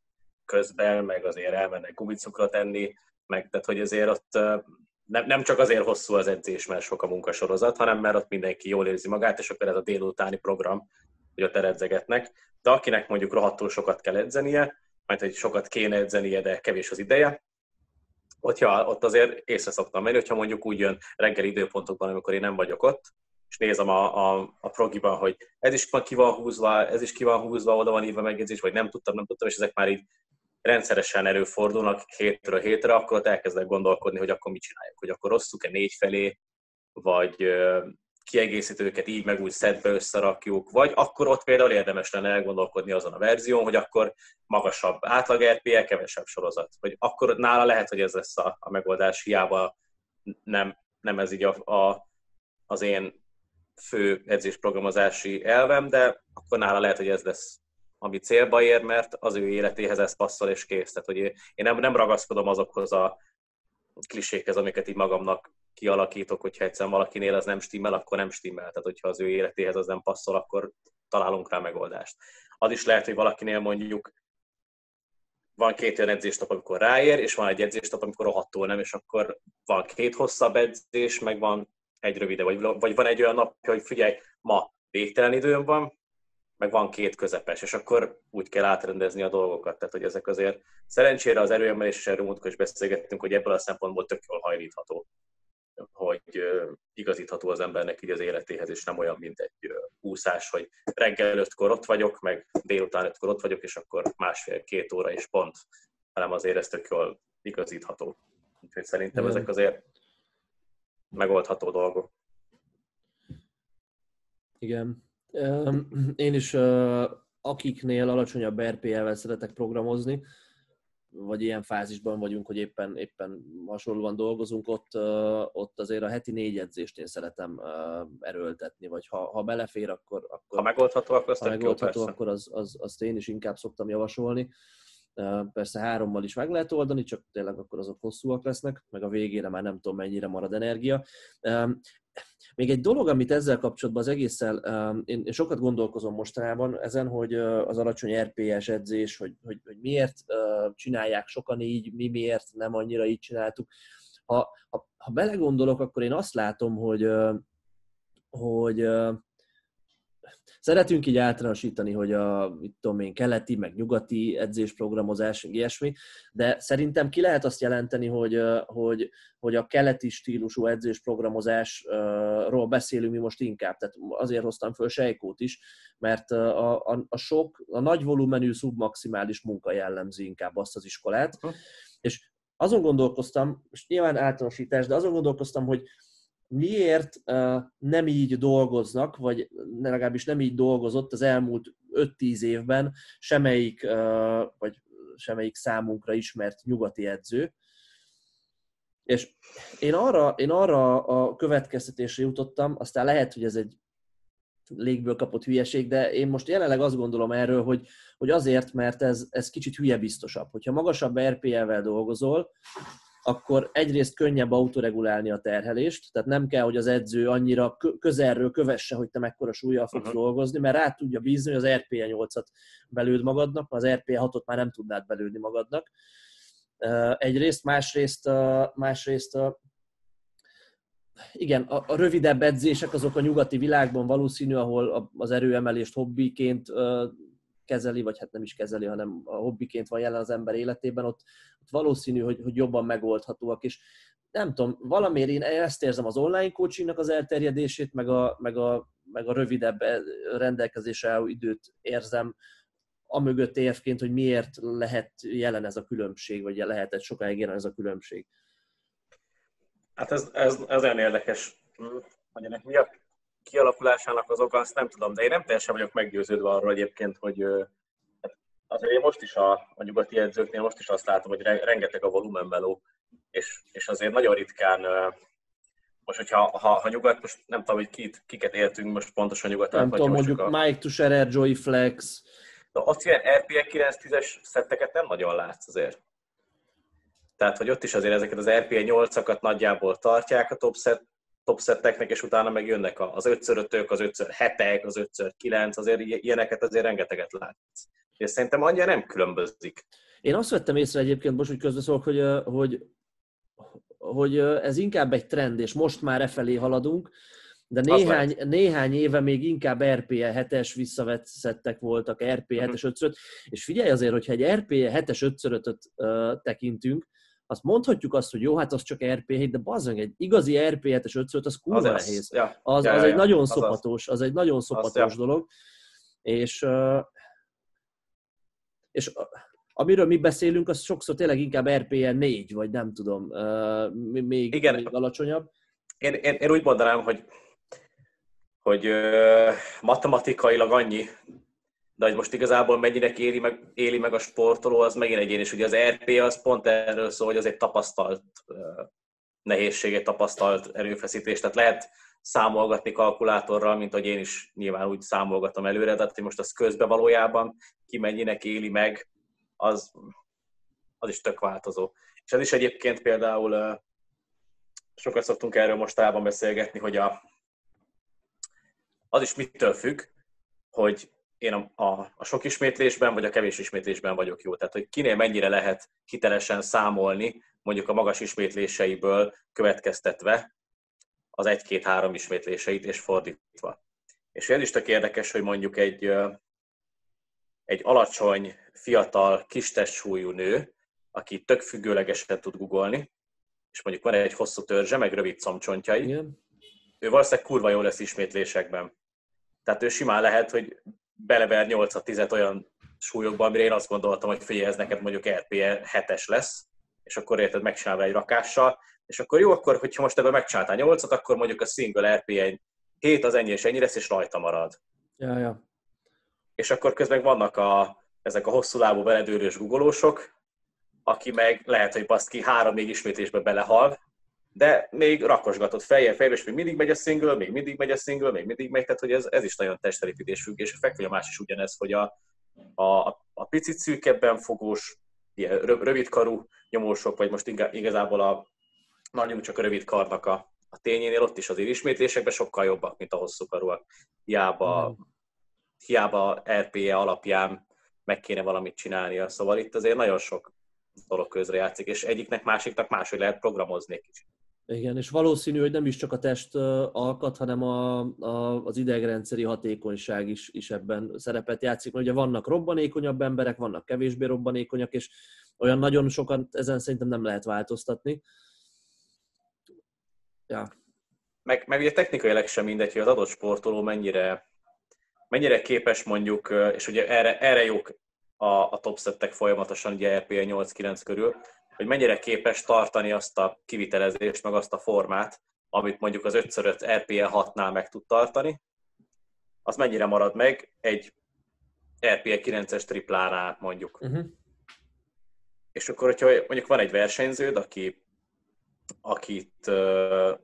közben, meg azért elmennek gumicukrot enni, meg tehát hogy azért ott nem, nem csak azért hosszú az edzés, mert sok a munkasorozat, hanem mert ott mindenki jól érzi magát, és akkor ez a délutáni program, hogy ott eredzegetnek. De akinek mondjuk rohadtul sokat kell edzenie, mert hogy sokat kéne edzenie, de kevés az ideje, ott, ja, ott azért észre szoktam menni, hogyha mondjuk úgy jön reggeli időpontokban, amikor én nem vagyok ott, és nézem a, a, a progiban, hogy ez is ki van húzva, ez is ki van húzva, oda van írva megjegyzés, vagy nem tudtam, nem tudtam, és ezek már így rendszeresen előfordulnak hétről hétre, akkor ott elkezdek gondolkodni, hogy akkor mit csináljuk, hogy akkor osszuk-e négy felé, vagy kiegészítőket így meg úgy szedbe összerakjuk, vagy akkor ott például érdemes lenne elgondolkodni azon a verzión, hogy akkor magasabb átlag er pé e, kevesebb sorozat. Vagy akkor nála lehet, hogy ez lesz a, a megoldás, hiába nem, nem ez így a, a, az én fő edzésprogramozási elvem, de akkor nála lehet, hogy ez lesz, ami célba ér, mert az ő életéhez ez passzol és kész. Tehát, hogy én nem, nem ragaszkodom azokhoz a klisékhez, amiket így magamnak kialakítok, hogyha egyszerűen valakinél az nem stimmel, akkor nem stimmel. Tehát, hogyha az ő életéhez az nem passzol, akkor találunk rá megoldást. Az is lehet, hogy valakinél mondjuk van két olyan edzésnap, amikor ráér, és van egy edzésnap, amikor rohadtul nem, és akkor van két hosszabb edzés, meg van egy rövide, vagy, vagy van egy olyan nap, hogy figyelj, ma végtelen időm van, meg van két közepes, és akkor úgy kell átrendezni a dolgokat. Tehát, hogy ezek azért szerencsére az erőemelés, és erről múltkor is beszélgettünk, hogy ebből a szempontból tök jól hajlítható, hogy igazítható az embernek így az életéhez, és nem olyan, mint egy úszás, hogy reggel ötkor ott vagyok, meg délután ötkor ott vagyok, és akkor másfél-két óra is pont, hanem azért ez tök jól igazítható. Úgyhogy szerintem ezek azért megoldható dolgok. Igen. Én is akiknél alacsonyabb er pé e-vel szeretek programozni, vagy ilyen fázisban vagyunk, hogy éppen, éppen hasonlóan dolgozunk, ott, ott azért a heti négy edzést én szeretem erőltetni, vagy ha, ha belefér, akkor... akkor ha megoldható, akkor, ha megoldható, jó, akkor az, az, azt én is inkább szoktam javasolni. Persze hárommal is meg lehet oldani, csak tényleg akkor azok hosszúak lesznek, meg a végére már nem tudom mennyire marad energia. Még egy dolog, amit ezzel kapcsolatban az egésszel, én sokat gondolkozom mostanában ezen, hogy az alacsony er pé es edzés, hogy, hogy, hogy miért csinálják sokan így, mi miért nem annyira így csináltuk. Ha, ha, ha belegondolok, akkor én azt látom, hogy, hogy szeretünk így általánosítani, hogy a mit tudom én, keleti, meg nyugati edzésprogramozás, ilyesmi, de szerintem ki lehet azt jelenteni, hogy, hogy, hogy a keleti stílusú edzésprogramozásról beszélünk mi most inkább. Tehát azért hoztam föl Sejkót is, mert a, a, a sok, a nagy volumenű szubmaximális munka jellemzi inkább azt az iskolát. Uh-huh. És azon gondolkoztam, és nyilván általánosítás, de azon gondolkoztam, hogy miért uh, nem így dolgoznak, vagy legalábbis nem így dolgozott az elmúlt öt-tíz évben semmelyik, uh, vagy semmelyik számunkra ismert nyugati edző. És én arra, én arra a következtetésre jutottam, aztán lehet, hogy ez egy légből kapott hülyeség, de én most jelenleg azt gondolom erről, hogy, hogy azért, mert ez, ez kicsit hülye biztosabb. Hogyha magasabb er pé e-vel dolgozol, akkor egyrészt könnyebb autoregulálni a terhelést, tehát nem kell, hogy az edző annyira közelről kövesse, hogy te mekkora súllyal fogsz uh-huh. dolgozni, mert rá tudja bízni, hogy az er pé e nyolcat belőd magadnak, az er pé e hatot már nem tudnád belőni magadnak. Egyrészt, másrészt, másrészt igen, a, a rövidebb edzések azok a nyugati világban valószínű, ahol az erőemelést hobbiként kezeli, vagy hát nem is kezeli, hanem a hobbiként van jelen az ember életében, ott, ott valószínű, hogy, hogy jobban megoldhatóak, és nem tudom, valamiért én ezt érzem az online coachingnak az elterjedését, meg a, meg a, meg a rövidebb rendelkezésre álló időt érzem amögött érvként, hogy miért lehet jelen ez a különbség, vagy lehetett sokáig jelen ez a különbség. Hát ez, ez, ez olyan érdekes, hogy ennek mi a kialakulásának az oka, azt nem tudom, de én nem teljesen vagyok meggyőződve arról egyébként, hogy azért én most is a, a nyugati edzőknél most is azt látom, hogy rengeteg a volumenmeló, és, és azért nagyon ritkán, most hogyha ha, ha nyugat, most nem tudom, hogy kit, kiket éltünk most pontosan nyugaton. Nem tudom, mondjuk a... Mike Tusherer, Joey Flex. De azt ilyen er pé e kilenc tízes szetteket nem nagyon látsz azért. Tehát, hogy ott is azért ezeket az er pé e nyolcakat nagyjából tartják a top set, top setteknek, és utána meg jönnek az ötször ötök, az ötször hetek, az ötször kilenc, azért ilyeneket azért rengeteget látsz. És szerintem annyira nem különbözik. Én azt vettem észre egyébként, most, hogy közbeszólok, hogy, hogy, hogy ez inkább egy trend, és most már e felé haladunk, de néhány, néhány éve még inkább er pé e hetes visszavetszedtek voltak, er pé e hetes ötször, és figyelj azért, hogyha egy er pé e hetes ötszöröt uh, tekintünk, azt mondhatjuk azt, hogy jó, hát az csak er pé hét, de bazzang, egy igazi er pé hetes ötször, az kurva az nehéz. Ja. Az, ja, az ja, egy ja. nagyon az szopatos, az egy nagyon szopatos az, dolog. Ja. És, uh, és amiről mi beszélünk, az sokszor tényleg inkább er pé e négy, vagy nem tudom, uh, még, Igen. még alacsonyabb. Én, én, én úgy mondanám, hogy, hogy uh, matematikailag annyi, de hogy most igazából mennyire éli meg, éli meg a sportoló, az megint egyén, és ugye az er pé az pont erről szól, hogy az egy tapasztalt uh, nehézség, egy tapasztalt erőfeszítés, tehát lehet számolgatni kalkulátorral, mint ahogy én is nyilván úgy számolgatom előre, de hogy most az közben valójában ki mennyinek éli meg, az, az is tök változó. És ez is egyébként például, uh, sokat szoktunk erről mostában beszélgetni, hogy a, az is mitől függ, hogy én a, a, a sok ismétlésben, vagy a kevés ismétlésben vagyok jó. Tehát, hogy kinél mennyire lehet hitelesen számolni, mondjuk a magas ismétléseiből következtetve az egy-két-három ismétléseit, és fordítva. És ez is tök érdekes, hogy mondjuk egy, egy alacsony, fiatal, kis testsúlyú nő, aki tök függőlegesen tud googolni, és mondjuk van egy hosszú törzse, meg rövid combcsontjai, Igen. Ő valószínűleg kurva jó lesz ismétlésekben. Tehát ő simán lehet, hogy belever nyolcat-tízet olyan súlyokban, amire én azt gondoltam, hogy figyelj, ez neked mondjuk er pé e hetes lesz, és akkor érted, megcsinálva egy rakással, és akkor jó, akkor, hogyha most ebből megcsináltál nyolcat, akkor mondjuk a single er pé e hét az ennyi és ennyi lesz, és rajta marad. Ja, ja. És akkor közben vannak a, ezek a hosszú lábú beledőlős gugolósok, aki meg lehet, hogy baszt ki három-négy ismétlésbe belehal, de még rakosgatott fejjel, fejjel, és még mindig megy a single, még mindig megy a single, még mindig megy, tehát hogy ez, ez is nagyon testtelépítés függés. A fekvőnyomás is ugyanez, hogy a, a, a picit szűkebben fogós, ilyen rövidkarú nyomósok, vagy most igazából a nagyon csak a rövid karnak a, a tényénél, ott is azért ismétlésekben sokkal jobbak, mint a hosszú karúak. Hiába, mm. hiába er pé e alapján meg kéne valamit csinálnia. Szóval itt azért nagyon sok dolog közre játszik, és egyiknek, másiknak máshogy lehet programozni egy kicsit. Igen, és valószínű, hogy nem is csak a test alkat, hanem a, a, az idegrendszeri hatékonyság is, is ebben szerepet játszik, mert ugye vannak robbanékonyabb emberek, vannak kevésbé robbanékonyak, és olyan nagyon sokan ezen szerintem nem lehet változtatni. Ja. Meg, meg ugye technikailag sem mindegy, hogy az adott sportoló mennyire, mennyire képes mondjuk, és ugye erre, erre jók a, a topsettek folyamatosan, ugye er pé e nyolc-kilenc körül, hogy mennyire képes tartani azt a kivitelezést, meg azt a formát, amit mondjuk az ötször öt er pé e hatnál meg tud tartani, az mennyire marad meg egy er pé e kilences triplánál mondjuk. Uh-huh. És akkor, hogyha mondjuk van egy versenyződ, aki, akit, tehát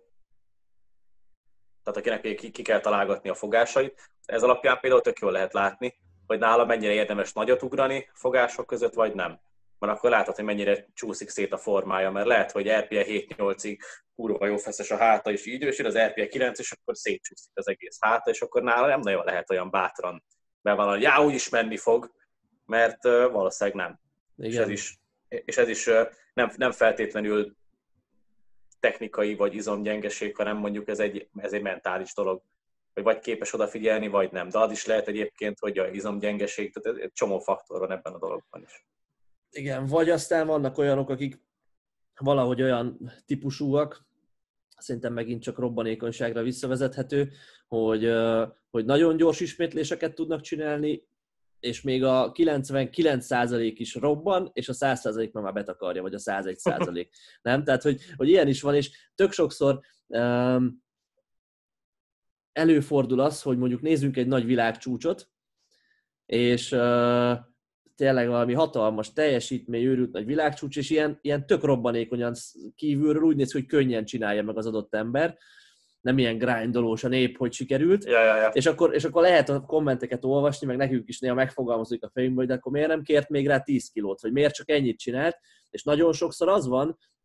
akinek ki, ki kell találgatni a fogásait, ez alapján például tök jól lehet látni, hogy nála mennyire érdemes nagyot ugrani fogások között, vagy nem. Mert akkor látod, hogy mennyire csúszik szét a formája, mert lehet, hogy er pé e hét-nyolcig kurva jó feszes a háta, és így és az er pé e kilenc, és akkor szétcsúszik az egész háta, és akkor nála nem nagyon lehet olyan bátran bevallani, já, úgyis menni fog, mert uh, valószínűleg nem. És ez is, és ez is uh, nem, nem feltétlenül technikai vagy izomgyengeség, hanem mondjuk ez egy, ez egy mentális dolog, hogy vagy képes odafigyelni, vagy nem. De az is lehet egyébként, hogy a izomgyengeség, tehát egy csomó faktor van ebben a dologban is. Igen, vagy aztán vannak olyanok, akik valahogy olyan típusúak, szerintem megint csak robbanékonyságra visszavezethető, hogy, hogy nagyon gyors ismétléseket tudnak csinálni, és még a kilencvenkilenc százalék is robban, és a száz százalék már betakarja, vagy a százegy százalék. Nem? Tehát, hogy, hogy ilyen is van, és tök sokszor um, előfordul az, hogy mondjuk nézzünk egy nagy világcsúcsot, és uh, tényleg valami hatalmas teljesítmény, őrült nagy világcsúcs, és ilyen, ilyen tök robbanékonyan kívülről úgy néz, hogy könnyen csinálja meg az adott ember, nem ilyen grindolósan épp, hogy sikerült, ja, ja, ja. És, akkor, és akkor lehet a kommenteket olvasni, meg nekünk is néha megfogalmazik a fejünkbe, hogy de akkor miért nem kért még rá tíz kilót, vagy miért csak ennyit csinált, és nagyon sokszor az van,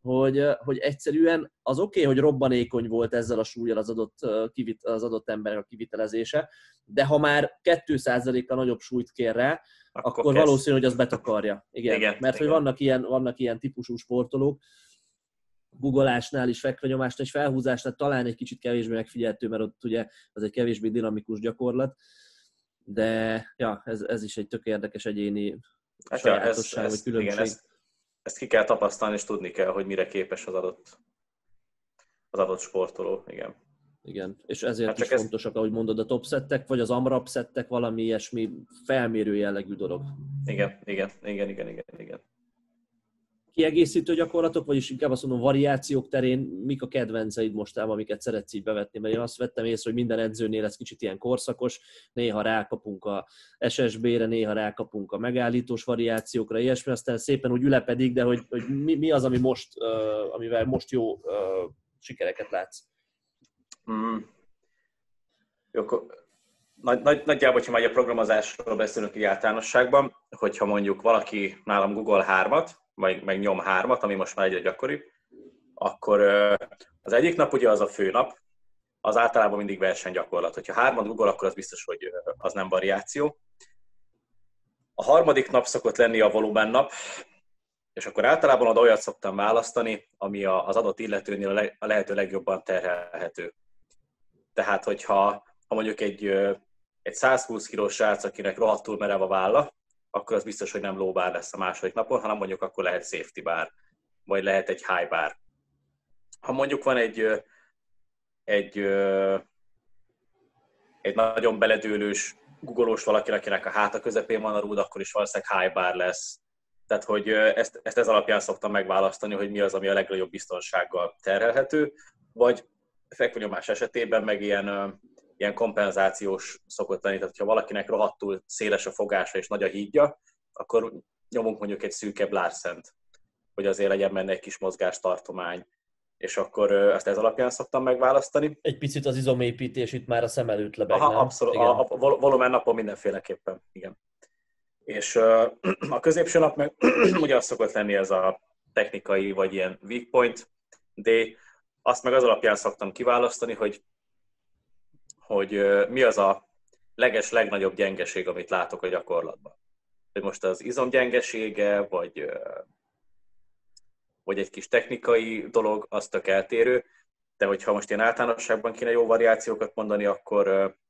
hogy, hogy egyszerűen az oké, okay, hogy robbanékony volt ezzel a súlyjal az adott, az adott emberek a kivitelezése, de ha már két százalékkal nagyobb súlyt kér rá, akkor, akkor valószínű, hogy az betakarja. Igen, igen, mert igen. Hogy vannak ilyen, vannak ilyen típusú sportolók, guggolásnál is, fekvenyomásnál és felhúzásnál talán egy kicsit kevésbé megfigyeltő, mert ott ugye az egy kevésbé dinamikus gyakorlat, de ja, ez, ez is egy tök érdekes egyéni hát sajátosság, ja, ez, vagy különbség. Igen, ezt, ezt ki kell tapasztalni, és tudni kell, hogy mire képes az adott, az adott sportoló, igen. Igen, és ezért hát is ez... fontosak, ahogy mondod, a top szettek, vagy az AMRAP szettek, valami ilyesmi felmérő jellegű dolog. Igen, igen, igen, igen, igen, igen. Kiegészítő gyakorlatok, vagyis inkább azt mondom, variációk terén mik a kedvenceid mostában, amiket szeretsz így bevetni? Mert én azt vettem észre, hogy minden edzőnél ez kicsit ilyen korszakos, néha rákapunk a es es bé-re, néha rákapunk a megállítós variációkra, ilyesmi, aztán szépen úgy ülepedik, de hogy, hogy mi, mi az, ami most, uh, amivel most jó uh, sikereket látsz? Mm. Jó, nagy, nagy, nagyjából, hogyha már a programozásról beszélünk így általánosságban, hogyha mondjuk valaki nálam Google hármat, meg, meg nyom hármat, ami most már egyre gyakoribb, akkor az egyik nap ugye az a fő nap, az általában mindig versenygyakorlat. Hogyha hármat Google, akkor az biztos, hogy az nem variáció. A harmadik nap szokott lenni a volumen nap, és akkor általában oda olyat szoktam választani, ami az adott illetőnél a lehető legjobban terhelhető. Tehát, hogyha ha mondjuk egy, egy százhúsz kilós srác, akinek rohadtul merev a válla, akkor az biztos, hogy nem low bar lesz a második napon, hanem mondjuk akkor lehet safety bar, vagy lehet egy high bar. Ha mondjuk van egy, egy, egy nagyon beledőlős, googolós valaki, akinek a háta közepén van a rúd, akkor is valószínűleg high bar lesz. Tehát, hogy ezt, ezt ez alapján szoktam megválasztani, hogy mi az, ami a legnagyobb biztonsággal terhelhető, vagy fekvőnyomás esetében meg ilyen, ilyen kompenzációs szokott lenni. Tehát, ha valakinek rohadtul széles a fogása és nagy a hídja, akkor nyomunk mondjuk egy szűkebb Larsent, hogy azért legyen benne egy kis mozgástartomány, és akkor ezt ez alapján szoktam megválasztani. Egy picit az izomépítés itt már a szem előtt lebeg, Aha, nem? Abszolút, a, a volumen napon mindenféleképpen, igen. És a középső nap meg ugye az szokott lenni ez a technikai, vagy ilyen weak point, de azt meg az alapján szoktam kiválasztani, hogy, hogy mi az a leges, legnagyobb gyengeség, amit látok a gyakorlatban. Hogy most az izomgyengesége, vagy, vagy egy kis technikai dolog, az tök eltérő, de hogyha most ilyen általánosságban kéne jó variációkat mondani, akkor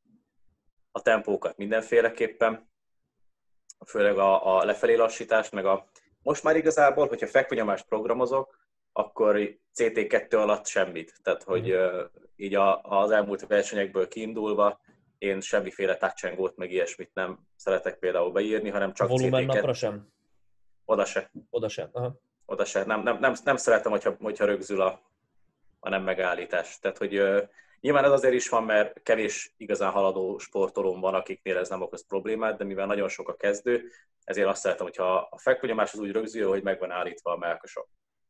a tempókat mindenféleképpen, főleg a, a lefelé lassítást, meg a... Most már igazából, hogyha fekvőnyomást programozok, akkor cé té kettő alatt semmit. Tehát, hogy uh, így a, az elmúlt versenyekből kiindulva én semmiféle touch and go-t, meg ilyesmit nem szeretek például beírni, hanem csak cé té kettő. Volumen napra sem? Oda se. Oda se, aha. Oda se. Nem, nem, nem, nem szeretem, hogyha, hogyha rögzül a, a nem megállítás. Tehát, hogy uh, nyilván ez azért is van, mert kevés igazán haladó sportolóm van, akiknél ez nem okoz problémát, de mivel nagyon sok a kezdő, ezért azt szeretem, hogyha a fekvőnyomás az úgy rögzül, hogy meg van állítva a mellkasok.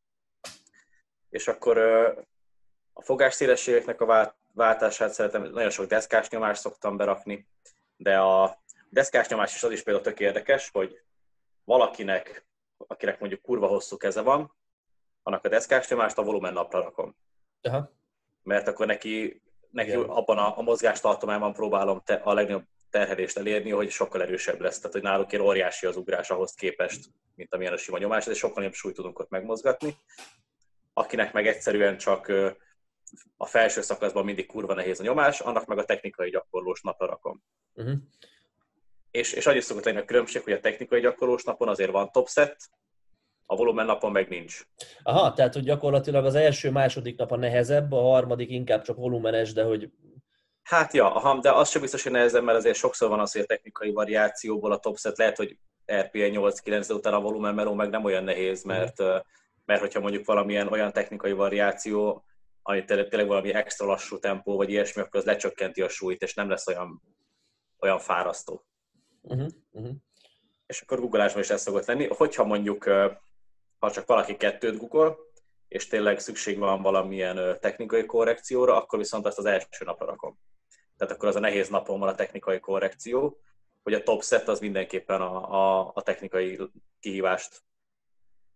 És akkor a fogásszélességeknek a váltását szeretem, nagyon sok deszkás nyomást szoktam berakni, de a deszkás nyomás is az is például tök érdekes, hogy valakinek, akinek mondjuk kurva hosszú keze van, annak a deszkás nyomást a volumen napra rakom. Aha. Mert akkor neki, neki abban a, a mozgástartományban próbálom te, a legnagyobb terhelést elérni, hogy sokkal erősebb lesz. Tehát, hogy náluk ilyen óriási az ugrás ahhoz képest, mint amilyen a sima nyomás, de sokkal nagyobb súlyt tudunk ott megmozgatni. Akinek meg egyszerűen csak a felső szakaszban mindig kurva nehéz a nyomás, annak meg a technikai gyakorlós napra rakom. Uh-huh. És, és annyi szokott lenni a különbség, hogy a technikai gyakorlós napon azért van top set, a volumen napon meg nincs. Aha, tehát hogy gyakorlatilag az első-második nap a nehezebb, a harmadik inkább csak volumenes, de hogy... Hát ja, aha, de az sem biztos, hogy nehezebb, mert azért sokszor van az, hogy a technikai variációból a top set lehet, hogy er pé nyolc-kilenc, de utána a volumen meló meg nem olyan nehéz, mert, uh-huh. mert hogyha mondjuk valamilyen olyan technikai variáció, ami tényleg valami extra lassú tempó, vagy ilyesmi, akkor az lecsökkenti a súlyt, és nem lesz olyan, olyan fárasztó. Uh-huh. Uh-huh. És akkor googolásban is ez szokott lenni. Hogyha mondjuk, ha csak valaki kettőt googol, és tényleg szükség van valamilyen technikai korrekcióra, akkor viszont azt az első napra rakom. Tehát akkor az a nehéz napon van a technikai korrekció, hogy a top set az mindenképpen a, a, a technikai kihívást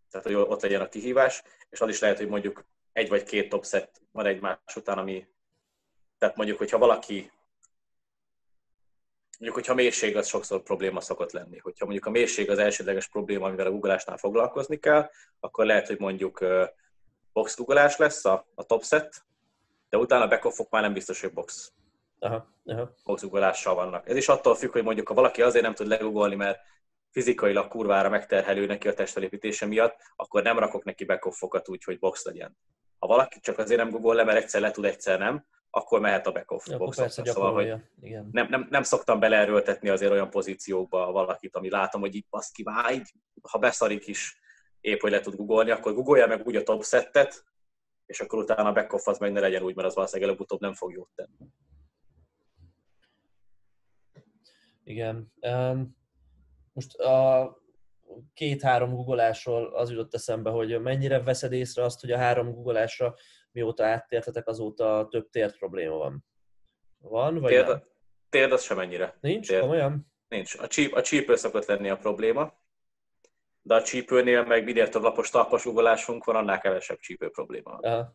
tehát hogy ott legyen a kihívás, és az is lehet, hogy mondjuk egy vagy két top set van egymás után, ami, tehát mondjuk, hogyha valaki, mondjuk, hogyha a mélység az sokszor probléma szokott lenni, hogyha mondjuk a mélység az elsődleges probléma, amivel a googolásnál foglalkozni kell, akkor lehet, hogy mondjuk box googolás lesz a, a top set, de utána a back-offok már nem biztos, hogy box. Aha, aha. box googolással vannak. Ez is attól függ, hogy mondjuk ha valaki azért nem tud legugolni, mert fizikailag kurvára megterhelő neki a testfelépítése miatt, akkor nem rakok neki back-offokat úgy, hogy box legyen. Ha valaki csak azért nem googol le, mert egyszer le tud, egyszer nem, akkor mehet a back-off Ja, boxokra. Szóval, hogy igen. nem, nem, nem szoktam beleerőltetni azért olyan pozíciókba valakit, ami látom, hogy itt baszki, már így, ha beszarik is épp, hogy le tud googolni, akkor googolja meg úgy a top settet, és akkor utána a back-off az meg ne legyen úgy, mert az valószínűleg előbb-utóbb nem fog jót tenni. Igen. Um, most a két-három googolásról az jutott eszembe, hogy mennyire veszed észre azt, hogy a három googolásra mióta áttértetek, azóta több tért probléma van. Van, vagy térd, nem? Térd az sem ennyire. Nincs? Térd. Komolyan? Nincs. A, csíp, a csípő szokott lenni a probléma, de a csípőnél meg minél több lapos talpas googolásunk van, annál kevesebb csípő probléma van. Aha.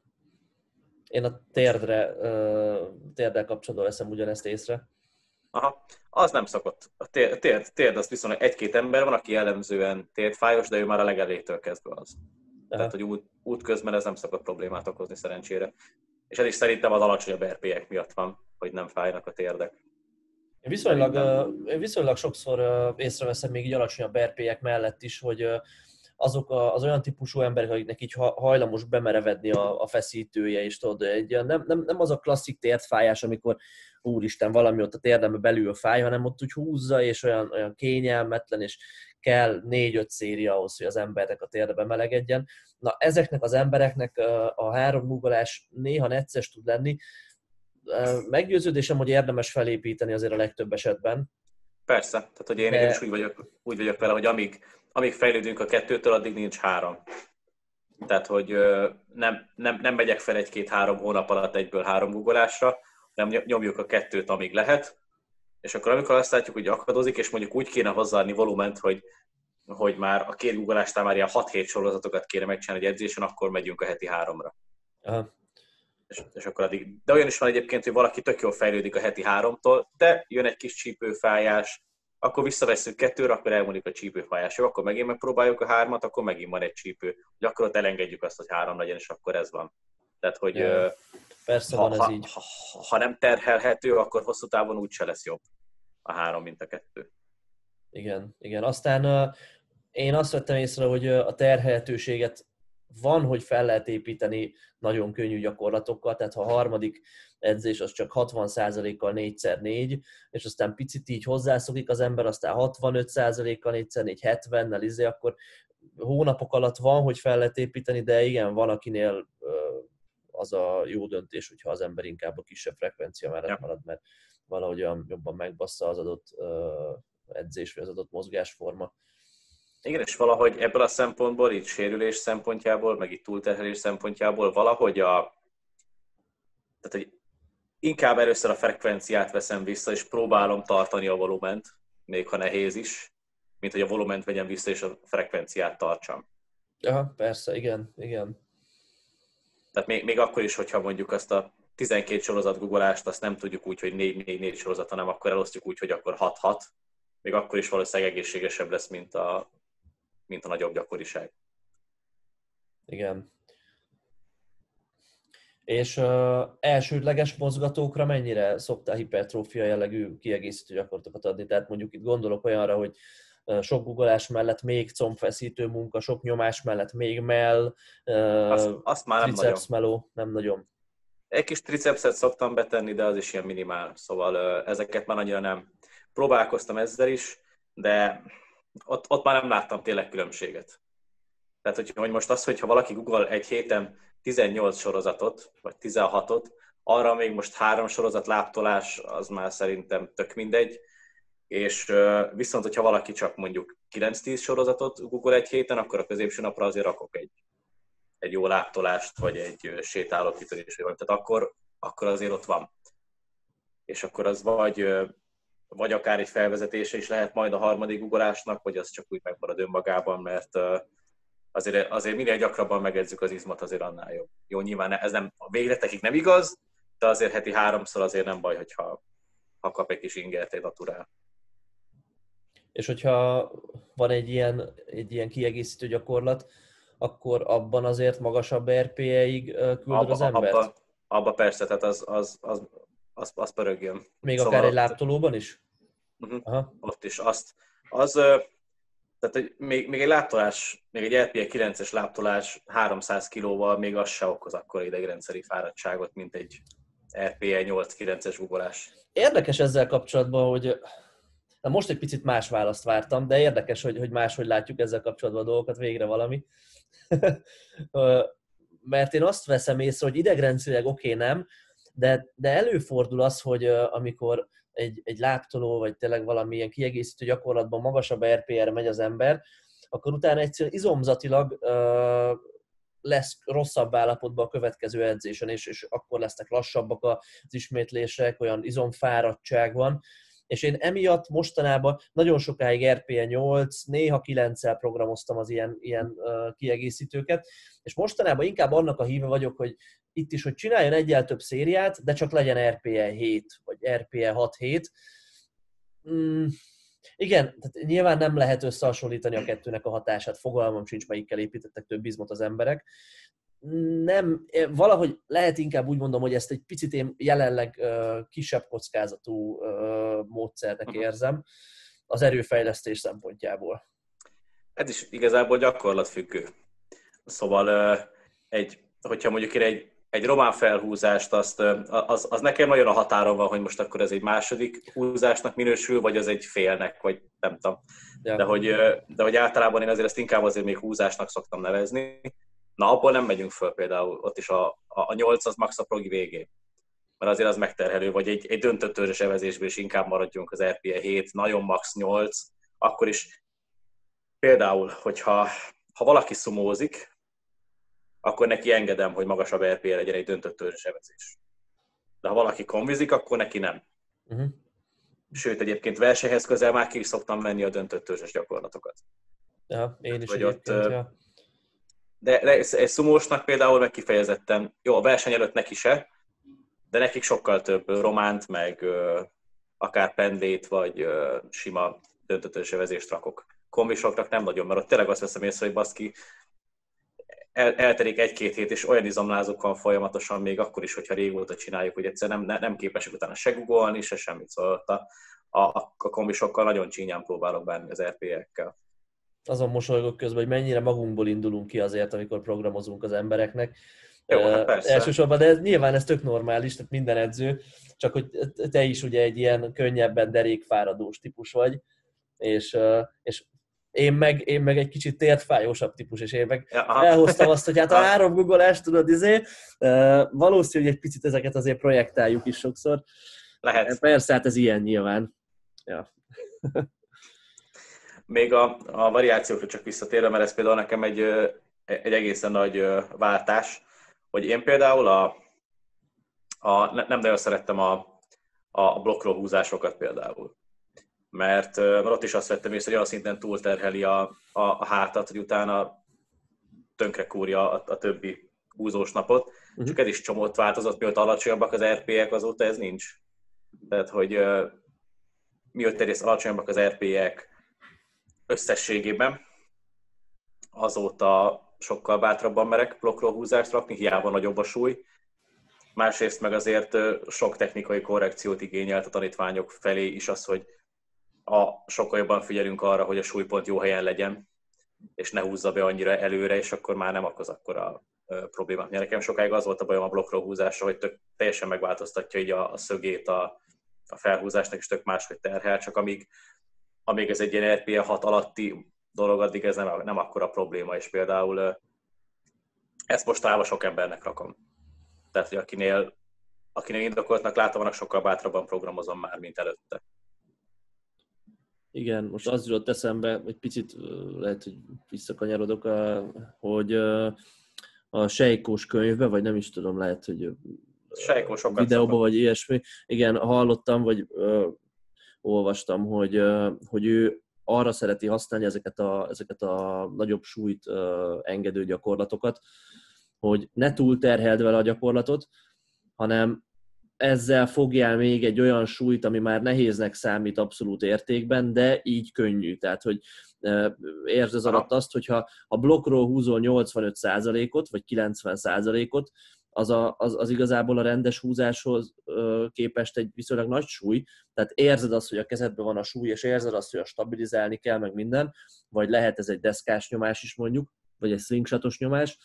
Én a térdre, uh, térddel kapcsolatban veszem ugyanezt észre. Aha, az nem szokott. A térd, térd, térd az viszonylag egy-két ember van, aki jellemzően térdfájos, de ő már a legelejétől kezdve az. Aha. Tehát, hogy út, út közben ez nem szokott problémát okozni szerencsére. És ez is szerintem az alacsonyabb er pé ek miatt van, hogy nem fájnak a térdek. Én viszonylag, uh, viszonylag sokszor uh, észreveszem még így alacsonyabb er pé ek mellett is, hogy uh, azok a, az olyan típusú emberek, akiknek így hajlamos bemerevedni a, a feszítője, és tudod, egy, nem, nem, nem az a klasszik térdfájás, amikor úristen, valami ott a térdembe belül fáj, hanem ott úgy húzza, és olyan, olyan kényelmetlen, és kell négy-öt széria ahhoz, hogy az embernek a térde bemelegedjen. Na, ezeknek az embereknek a három googolás néha necces tud lenni. Meggyőződésem, hogy érdemes felépíteni azért a legtöbb esetben. Persze, tehát hogy én, De... én is úgy vagyok, úgy vagyok vele, hogy amíg, amíg fejlődünk a kettőtől, addig nincs három. Tehát, hogy nem, nem, nem megyek fel egy-két-három hónap alatt egyből három googolásra, hanem nyomjuk a kettőt, amíg lehet, és akkor amikor azt látjuk, hogy akadozik, és mondjuk úgy kéne hozzáadni volument, hogy, hogy már a két googolásnál már ilyen hat-hét sorozatokat kéne megcsinálni egy edzésen, akkor megyünk a heti háromra. Aha. És, és akkor addig. De olyan is van egyébként, hogy valaki tök jól fejlődik a heti háromtól, de jön egy kis csípőfájás, akkor visszavesszük kettőre, akkor elmúlik a csípőfájás. Jó, akkor megint megpróbáljuk a hármat, akkor megint van egy csípő. Hogy akkor ott elengedjük azt, hogy három legyen, és akkor ez van. Tehát, hogy ja, persze ha, van ez ha, így. Ha, ha nem terhelhető, akkor hosszú távon úgyse lesz jobb a három, mint a kettő. Igen, igen. Aztán uh, én azt vettem észre, hogy a terhelhetőséget van, hogy fel lehet építeni nagyon könnyű gyakorlatokkal, tehát ha a harmadik edzés az csak hatvan százalékkal négyszer négy, és aztán picit így hozzászokik az ember, aztán hatvanöt százalékkal négyszer négy, hetvennel izé, akkor hónapok alatt van, hogy fel lehet építeni, de igen, van akinél az a jó döntés, hogyha az ember inkább a kisebb frekvencia mellett ja. marad, mert valahogy jobban megbassza az adott edzés, vagy az adott mozgásforma. Igen, és valahogy ebből a szempontból, így sérülés szempontjából, meg itt túlterhelés szempontjából valahogy a... Tehát, hogy inkább először a frekvenciát veszem vissza, és próbálom tartani a volument, még ha nehéz is, mint hogy a volument vegyem vissza, és a frekvenciát tartsam. Aha, persze, igen, igen. Tehát még, még akkor is, hogyha mondjuk azt a tizenkét sorozat guggolást, azt nem tudjuk úgy, hogy négy négy négy sorozat, hanem akkor elosztjuk úgy, hogy akkor hat hat, még akkor is valószínűleg egészségesebb lesz, mint a, mint a nagyobb gyakoriság. Igen. És uh, elsődleges mozgatókra mennyire szoktál hipertrófia jellegű kiegészítő gyakorlatokat adni? Tehát mondjuk itt gondolok olyanra, hogy sok googolás mellett még combfeszítő munka, sok nyomás mellett még mell, uh, azt, azt már nem triceps nagyon. meló, nem nagyon. Egy kis tricepset szoktam betenni, de az is ilyen minimál, szóval uh, ezeket már annyira nem. Próbálkoztam ezzel is, de ott, ott már nem láttam tényleg különbséget. Tehát, hogy, hogy most az, hogyha valaki Google egy héten tizennyolc sorozatot, vagy tizenhatot, arra még most három sorozat lábtolás, az már szerintem tök mindegy. És viszont, hogyha valaki csak mondjuk kilenc-tíz sorozatot Google egy héten, akkor a középső napra azért rakok egy, egy jó lábtolást, vagy egy sétáló kitörés, vagy tehát akkor, akkor azért ott van. És akkor az vagy, vagy akár egy felvezetése is lehet majd a harmadik googolásnak, vagy az csak úgy megmarad önmagában, mert azért, azért minél gyakrabban megedzük az izmot, azért annál jobb. Jó, nyilván ez nem, a végletekig nem igaz, de azért heti háromszor azért nem baj, hogyha ha kap egy kis ingert, egy naturál. És hogyha van egy ilyen, egy ilyen kiegészítő gyakorlat, akkor abban azért magasabb er pé é-ig küldöd abba, az embert? Abba, abba persze, tehát az, az, az, az, az pörögjön. Még szóval akár egy láptolóban is? Uh-huh. Aha. Ott is azt. Az, tehát egy, még, még egy láptolás, még egy er pé é kilences láptolás háromszáz kilóval még az se okoz akkora idegrendszeri fáradtságot, mint egy er pé é nyolc kilences googolás. Érdekes ezzel kapcsolatban, hogy na most egy picit más választ vártam, de érdekes, hogy, hogy máshogy látjuk ezzel kapcsolatban a dolgokat, végre valami. Mert én azt veszem észre, hogy idegrendszerileg oké, okay, nem, de, de előfordul az, hogy amikor egy, egy láptoló, vagy tényleg valamilyen kiegészítő gyakorlatban magasabb er pé é-re megy az ember, akkor utána egyszerűen izomzatilag uh, lesz rosszabb állapotban a következő edzésen, és, és akkor lesznek lassabbak az ismétlések, olyan izomfáradtság van. És én emiatt mostanában nagyon sokáig er pé é nyolc, néha kilenccel programoztam az ilyen, ilyen uh, kiegészítőket, és mostanában inkább annak a híve vagyok, hogy itt is, hogy csináljon egyel több szériát, de csak legyen er pé é hét, vagy er pé é hat hét. Mm, igen, tehát nyilván nem lehet összehasonlítani a kettőnek a hatását, fogalmam sincs, melyikkel építettek több izmot az emberek. Nem, valahogy lehet inkább úgy mondom, hogy ezt egy picit én jelenleg uh, kisebb kockázatú uh, módszernek érzem az erőfejlesztés szempontjából. Ez is igazából gyakorlatfüggő. Szóval uh, egy, hogyha mondjuk én egy, egy román felhúzást, azt, az, az nekem nagyon a határon van, hogy most akkor ez egy második húzásnak minősül, vagy az egy félnek, vagy nem tudom. Ja. De, hogy, de hogy általában én azért ezt inkább azért még húzásnak szoktam nevezni. Na, abból nem megyünk föl például, ott is a, a, a nyolc az max a progi végén. Mert azért az megterhelő, vagy egy, egy döntött törzses evezésből is inkább maradjunk az er pé é hét, nagyon max nyolc, akkor is például, hogyha ha valaki szumózik, akkor neki engedem, hogy magasabb er pé é legyen egy döntött törzses evezés. De ha valaki konvizik, akkor neki nem. Uh-huh. Sőt, egyébként versenyhez közel már ki is szoktam menni a döntött törzses gyakorlatokat. Ja, én is ott, ja. De, de egy szumósnak például meg kifejezetten, jó, a verseny előtt neki se, de nekik sokkal több románt, meg ö, akár pendlét, vagy ö, sima döntött törzses evezést rakok. Konvisoknak nem nagyon, mert ott tényleg azt veszem észre, hogy baszki, El, elterik egy-két hét, és olyan izomlázuk van folyamatosan, még akkor is, hogyha régóta csináljuk, hogy egyszerűen nem, nem képesek utána se googolni, se semmit. Szóval a, a, a kombisokkal nagyon csínyán próbálok bánni az er pé é-ekkel. Azon mosolygok közben, hogy mennyire magunkból indulunk ki azért, amikor programozunk az embereknek. Jó, hát persze. Elsősorban, de ez, nyilván ez tök normális, tehát minden edző, csak hogy te is ugye egy ilyen könnyebben derékfáradós típus vagy, és, és Én meg, én meg egy kicsit tértfájósabb típus, és én meg ja, elhoztam azt, hogy hát a három googleást tudod, izé, uh, valószínű, hogy egy picit ezeket azért projektáljuk is sokszor. Lehet. Persze, hát ez ilyen nyilván. Ja. Még a, a variációkra csak visszatérve, mert ez például nekem egy, egy egészen nagy váltás, hogy én például a, a, nem nagyon szerettem a, a blokkról húzásokat például. Mert, mert ott is azt vettem észre, hogy olyan szinten túlterheli a, a, a hátat, hogy utána tönkre kúrja a, a többi húzós napot. Uh-huh. Csak ez is csomót változott, mióta alacsonyabbak az er pé é-ek, azóta ez nincs. Tehát, hogy uh, mióta egyrészt alacsonyabbak az er pé é-ek összességében, azóta sokkal bátrabban merek blokkról húzást rakni, hiába nagyobb a súly. Másrészt meg azért uh, sok technikai korrekciót igényelt a tanítványok felé is az, hogy a, sokkal jobban figyelünk arra, hogy a súlypont jó helyen legyen, és ne húzza be annyira előre, és akkor már nem okoz akkora uh, problémát. Nekem sokáig az volt a bajom a blokkról húzásra, hogy tök, teljesen megváltoztatja így a, a szögét a, a felhúzásnak, és tök máshogy terhel, csak amíg, amíg ez egy ilyen er pé é hat alatti dolog, addig ez nem, nem akkora probléma, és például uh, ezt mostanában sok embernek rakom. Tehát, hogy akinél, akinél indokoltnak látom, annak sokkal bátrabban programozom már, mint előtte. Igen, most az jutott eszembe, egy picit lehet, hogy visszakanyarodok, hogy a Sejkós könyvbe, vagy nem is tudom, lehet, hogy videóban, vagy ilyesmi. Igen, hallottam, vagy ö, olvastam, hogy, ö, hogy ő arra szereti használni ezeket a, ezeket a nagyobb súlyt engedő gyakorlatokat, hogy ne túl terheld vele a gyakorlatot, hanem ezzel fogjál még egy olyan súlyt, ami már nehéznek számít abszolút értékben, de így könnyű. Tehát, hogy értsd az alatt azt, hogyha a blokkról húzol nyolcvanöt százalékot, vagy kilencven százalékot, az, a, az, az igazából a rendes húzáshoz képest egy viszonylag nagy súly, tehát érzed azt, hogy a kezedben van a súly, és érzed azt, hogy a stabilizálni kell, meg minden, vagy lehet ez egy deszkás nyomás is mondjuk, vagy egy slingshotos nyomás,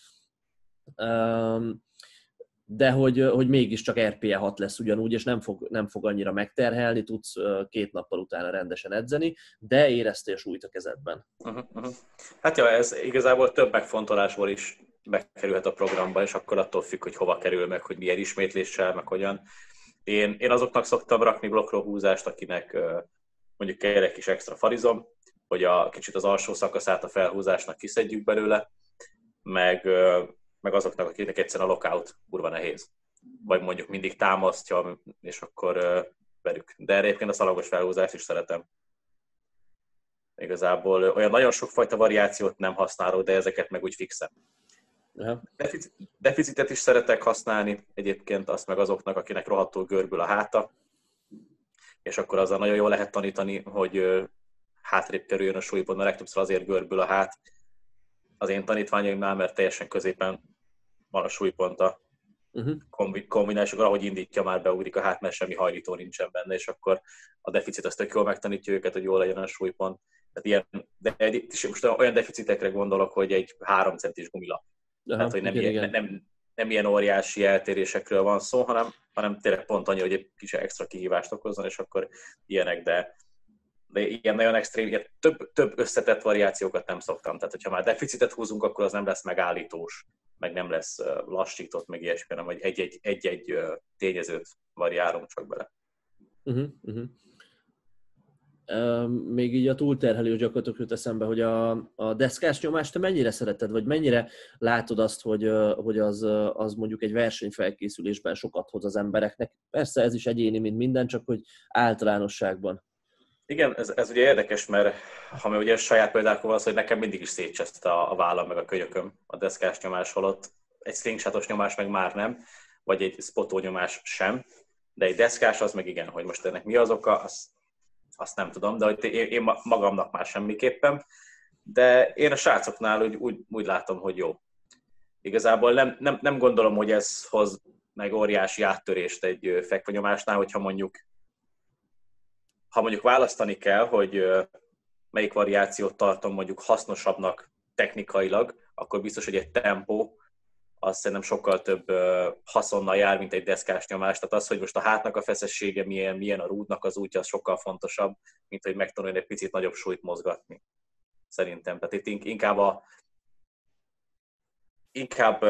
de hogy, hogy mégiscsak er pé e hat lesz ugyanúgy, és nem fog, nem fog annyira megterhelni, tudsz két nappal utána rendesen edzeni, de éreztél súlyt a kezedben. Uh-huh, uh-huh. Hát ja, ez igazából több megfontolásból is bekerülhet a programba, és akkor attól függ, hogy hova kerül meg, hogy milyen ismétléssel, meg hogyan. Én, én azoknak szoktam rakni blokkról húzást, akinek mondjuk kell egy kis extra farizom, hogy a kicsit az alsó szakaszát a felhúzásnak kiszedjük belőle, meg, meg azoknak, akiknek egyszerűen a lockout kurva nehéz. Vagy mondjuk mindig támasztja, és akkor velük. De egyébként a szalagos felhúzást is szeretem. Igazából olyan nagyon sokfajta variációt nem használok, de ezeket meg úgy fixem. Ja. Deficit, deficitet is szeretek használni, egyébként azt meg azoknak, akinek rohadtul görbül a háta, és akkor azzal nagyon jól lehet tanítani, hogy hátrébb kerüljön a súlypont, mert legtöbbször azért görbül a hát az én tanítványaimnál, mert teljesen középen van a súlypont a uh-huh. kombinálásokra, ahogy indítja, már beugrik a hát, mert semmi hajlító nincsen benne, és akkor a deficit azt tök jól megtanítja őket, hogy jól legyen a súlypont. Tehát ilyen, de egy, most olyan deficitekre gondolok, hogy egy három centis gumilap. Aha, tehát, hogy nem, igen, ilyen, igen. Nem, nem ilyen óriási eltérésekről van szó, hanem, hanem tényleg pont annyi, hogy egy kis extra kihívást okozzon, és akkor ilyenek, de, de ilyen nagyon extrém, ilyen több, több összetett variációkat nem szoktam. Tehát, hogyha már deficitet húzunk, akkor az nem lesz megállítós, meg nem lesz lassított, meg ilyesmi, hanem hogy egy-egy, egy-egy tényezőt variálunk csak bele. Uh-huh, uh-huh. Még így a túlterhelő gyakorlatok jut eszembe, hogy a, a deszkás nyomást te mennyire szereted, vagy mennyire látod azt, hogy, hogy az, az mondjuk egy versenyfelkészülésben sokat hoz az embereknek. Persze ez is egyéni, mint minden, csak hogy általánosságban. Igen, ez, ez ugye érdekes, mert ha mi ugye saját például van az, hogy nekem mindig is szétcseszt a, a vállam meg a könyököm a deszkás nyomás, holott egy slingshotos nyomás meg már nem, vagy egy spotó nyomás sem, de egy deszkás az meg igen, hogy most ennek mi az oka, az azt nem tudom, de hogy én magamnak már semmiképpen. De én a srácoknál úgy, úgy, úgy látom, hogy jó. Igazából nem, nem, nem gondolom, hogy ez hoz meg óriási áttörést egy fekvenyomásnál, hogyha mondjuk, ha mondjuk választani kell, hogy melyik variációt tartom mondjuk hasznosabbnak technikailag, akkor biztos, hogy egy tempó, az szerintem sokkal több haszonnal jár, mint egy deszkás nyomás. Tehát az, hogy most a hátnak a feszessége milyen, milyen a rúdnak az útja, az sokkal fontosabb, mint hogy megtanulni egy picit nagyobb súlyt mozgatni. Szerintem. Tehát itt inkább, a, inkább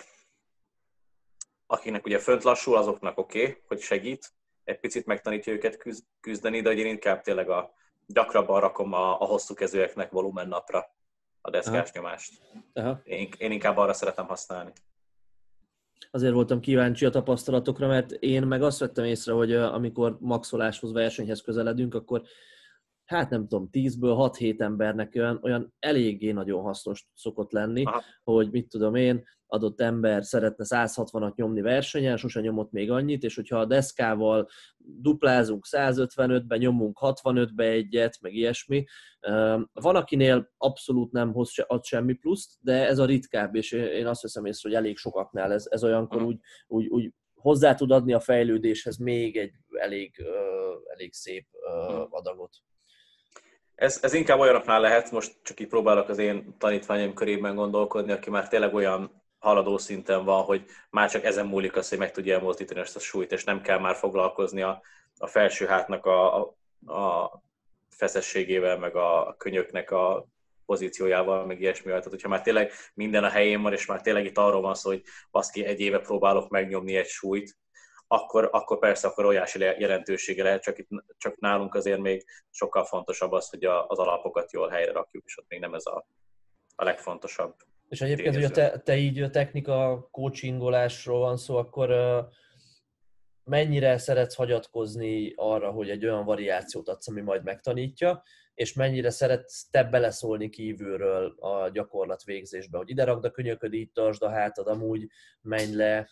akinek ugye fönt lassul, azoknak oké, okay, hogy segít, egy picit megtanítja őket küzdeni, de én inkább tényleg a, gyakrabban rakom a, a hosszú kezűeknek volumen napra a deszkás Aha. nyomást. Aha. Én, én inkább arra szeretem használni. Azért voltam kíváncsi a tapasztalatokra, mert én meg azt vettem észre, hogy amikor maxoláshoz, versenyhez közeledünk, akkor hát nem tudom, tízből hat-hét embernek olyan, olyan eléggé nagyon hasznos szokott lenni, Aha. hogy mit tudom én, adott ember szeretne száz hatvanat nyomni versenyen, sose nyomott még annyit, és hogyha a deszkával duplázunk száz ötvenötbe, nyomunk hatvanötbe egyet, meg ilyesmi. Van, akinél abszolút nem hoz ad semmi pluszt, de ez a ritkább, és én azt veszem észre, hogy elég sokaknál ez, ez olyankor úgy, úgy, úgy hozzá tud adni a fejlődéshez még egy elég, elég szép adagot. Ez, ez inkább olyanoknál lehet, most csak így próbálok az én tanítványaim körében gondolkodni, aki már tényleg olyan haladó szinten van, hogy már csak ezen múlik az, hogy meg tudja elmozdítani ezt a súlyt, és nem kell már foglalkozni a, a felső hátnak a, a, a feszességével, meg a könyöknek a pozíciójával, meg ilyesmivel. Tehát, hogyha már tényleg minden a helyén van, és már tényleg itt arról van szó, hogy baszki, egy éve próbálok megnyomni egy súlyt, Akkor, akkor persze akkor óriási jelentősége lehet, csak, itt, csak nálunk azért még sokkal fontosabb az, hogy a, az alapokat jól helyre rakjuk, és ott még nem ez a, a legfontosabb. És egyébként, hogy te, te így technika coachingolásról van szó, akkor mennyire szeretsz hagyatkozni arra, hogy egy olyan variációt adsz, ami majd megtanítja, és mennyire szeretsz te beleszólni kívülről a gyakorlat végzésbe, hogy ide rakd a könyököd, így tartsd a hátad, amúgy menj le.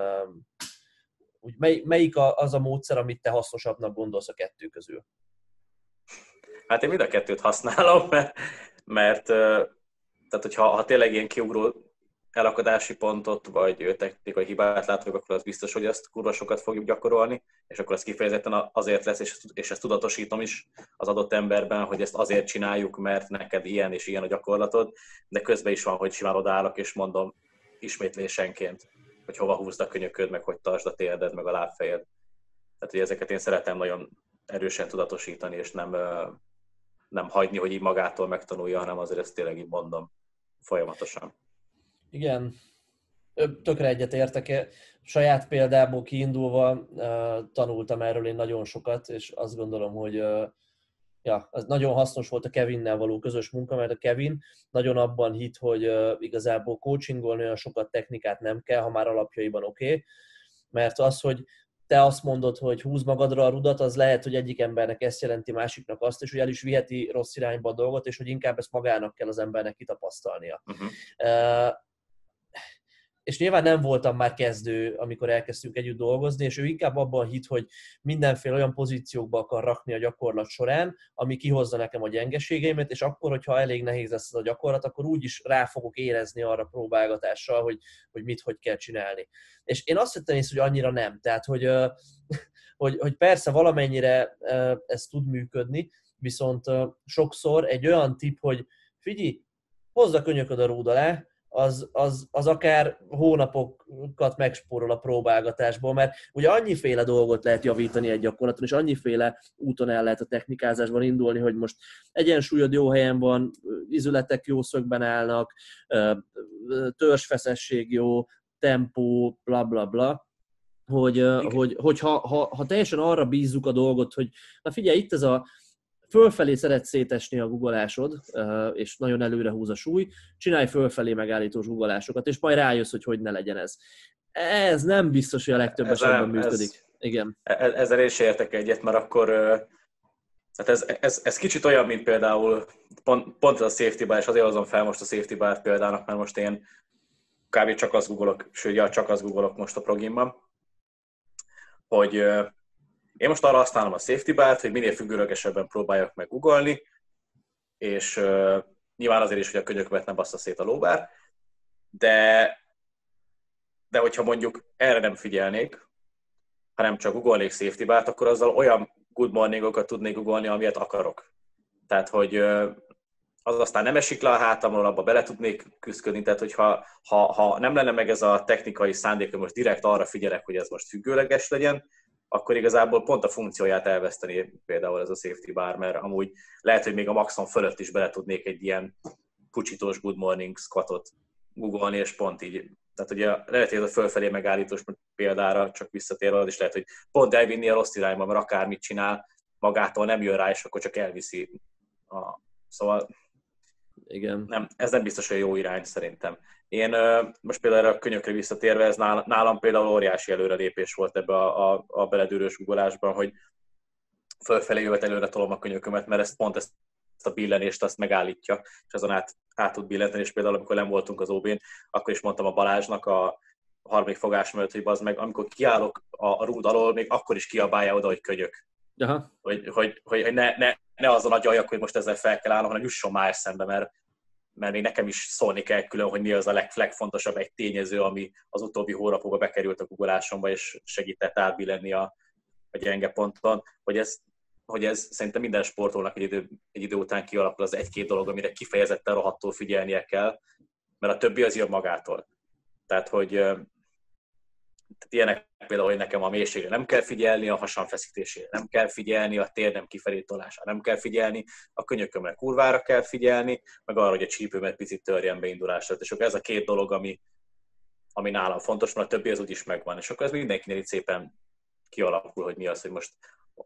Úgy mely, melyik az a módszer, amit te hasznosabbnak gondolsz a kettő közül? Hát én mind a kettőt használom, mert, mert tehát hogyha ha tényleg ilyen kiugró elakadási pontot, vagy technikai hibát látok, akkor az biztos, hogy azt kurva sokat fogjuk gyakorolni, és akkor az kifejezetten azért lesz, és, és ezt tudatosítom is az adott emberben, hogy ezt azért csináljuk, mert neked ilyen és ilyen a gyakorlatod, de közben is van, hogy simán odaállok, és mondom ismétlésenként, hogy hova húzd a könyököd, meg hogy tartsd a térded, meg a lábfejed. Tehát, hogy ezeket én szeretem nagyon erősen tudatosítani, és nem, nem hagyni, hogy így magától megtanulja, hanem azért ezt tényleg így mondom folyamatosan. Igen, tökre egyet értek. Saját példából kiindulva tanultam erről én nagyon sokat, és azt gondolom, hogy ja, az nagyon hasznos volt a Kevinnel való közös munka, mert a Kevin nagyon abban hitt, hogy igazából coachingolni olyan sokat technikát nem kell, ha már alapjaiban oké, okay, mert az, hogy te azt mondod, hogy húz magadra a rudat, az lehet, hogy egyik embernek ezt jelenti, másiknak azt, és hogy el is viheti rossz irányba a dolgot, és hogy inkább ezt magának kell az embernek kitapasztalnia. Uh-huh. Uh, és nyilván nem voltam már kezdő, amikor elkezdtünk együtt dolgozni, és ő inkább abban hitt, hogy mindenféle olyan pozíciókba akar rakni a gyakorlat során, ami kihozza nekem a gyengeségeimet, és akkor, hogyha elég nehéz lesz ez a gyakorlat, akkor úgyis rá fogok érezni arra próbálgatással, hogy, hogy mit, hogy kell csinálni. És én azt hittem észre, hogy annyira nem. Tehát, hogy, hogy, hogy persze valamennyire ez tud működni, viszont sokszor egy olyan tipp, hogy figyelj, hozd a könyököd a rúd alá, Az, az, az akár hónapokat megspórol a próbálgatásból, mert ugye annyiféle dolgot lehet javítani egy gyakorlaton, és annyiféle úton el lehet a technikázásban indulni, hogy most egyensúlyod jó helyen van, izületek jó szögben állnak, törzsfeszesség jó, tempó, bla bla bla, hogy, hogy, hogy ha, ha, ha teljesen arra bízzuk a dolgot, hogy na figyelj, itt ez a fölfelé szeret szétesni a guggolásod, és nagyon előre húz a súly, csinálj fölfelé megállítós guggolásokat, és majd rájössz, hogy hogy ne legyen ez. Ez nem biztos, hogy a legtöbb ez esetben nem, működik. Ez, Igen. Ezzel én is értek egyet, mert akkor hát ez, ez, ez kicsit olyan, mint például pont, pont a safety bar, és azért hozom fel most a safety bar példának, mert most én kb. Csak azt googolok, sőt, ja, csak azt googolok most a proginban, hogy én most arra használom a safety bart, hogy minél függőlegesebben próbáljak meg googolni, és uh, nyilván azért is, hogy a könyökömet ne bassza szét a lóbár, de, de hogyha mondjuk erre nem figyelnék, hanem csak googolnék safety bart, akkor azzal olyan good morningokat tudnék googolni, amilyet akarok. Tehát, hogy uh, az aztán nem esik le a hátamról, abba bele tudnék küszködni, tehát hogyha ha, ha nem lenne meg ez a technikai szándék, hogy most direkt arra figyelek, hogy ez most függőleges legyen, akkor igazából pont a funkcióját elveszteni például ez a safety bar, mert amúgy lehet, hogy még a maxon fölött is bele tudnék egy ilyen pucsítós good morning squatot googolni, és pont így. Tehát ugye lehet, hogy ez a fölfelé megállítós példára csak visszatérve, az is lehet, hogy pont elvinni a rossz irányba, mert akármit csinál, magától nem jön rá, és akkor csak elviszi. A... Szóval Igen. Nem, ez nem biztos, hogy jó irány szerintem. Én most például a könyökre visszatérve, ez nálam például óriási előrelépés volt ebbe a, a, a beledőrös googolásban, hogy fölfelé jövet előre tolom a könyökömet, mert ezt pont ezt a billenést azt megállítja, és azon át, át tud billenteni, és például amikor nem voltunk az ó bén, akkor is mondtam a Balázsnak a harmadik fogás mellett, hogy bazd meg, amikor kiállok a, a rúd alól, még akkor is kiabálja oda, hogy könyök. Aha. Hogy, hogy, hogy ne, ne, ne azon agyaljak, hogy most ezzel fel kell állnom, hanem jusson már szembe, mert mert még nekem is szólni kell külön, hogy mi az a leg, legfontosabb egy tényező, ami az utóbbi hónapokban bekerült a googolásomba, és segített átbillenni a, a gyenge ponton, hogy ez, hogy ez szerintem minden sportolónak egy idő, egy idő után kialakul az egy-két dolog, amire kifejezetten rohadtul figyelnie kell, mert a többi az jön magától. Tehát, hogy tehát ilyenek például, hogy nekem a mélységre nem kell figyelni, a hasam feszítésére nem kell figyelni, a térdem kifelé tolására nem kell figyelni, a könyökömre kurvára kell figyelni, meg arra, hogy a csípőmet picit törjen beindulásra. És akkor ez a két dolog, ami, ami nálam fontos, mert a többi az úgyis megvan. És akkor ez mindenkinél itt szépen kialakul, hogy mi az, hogy most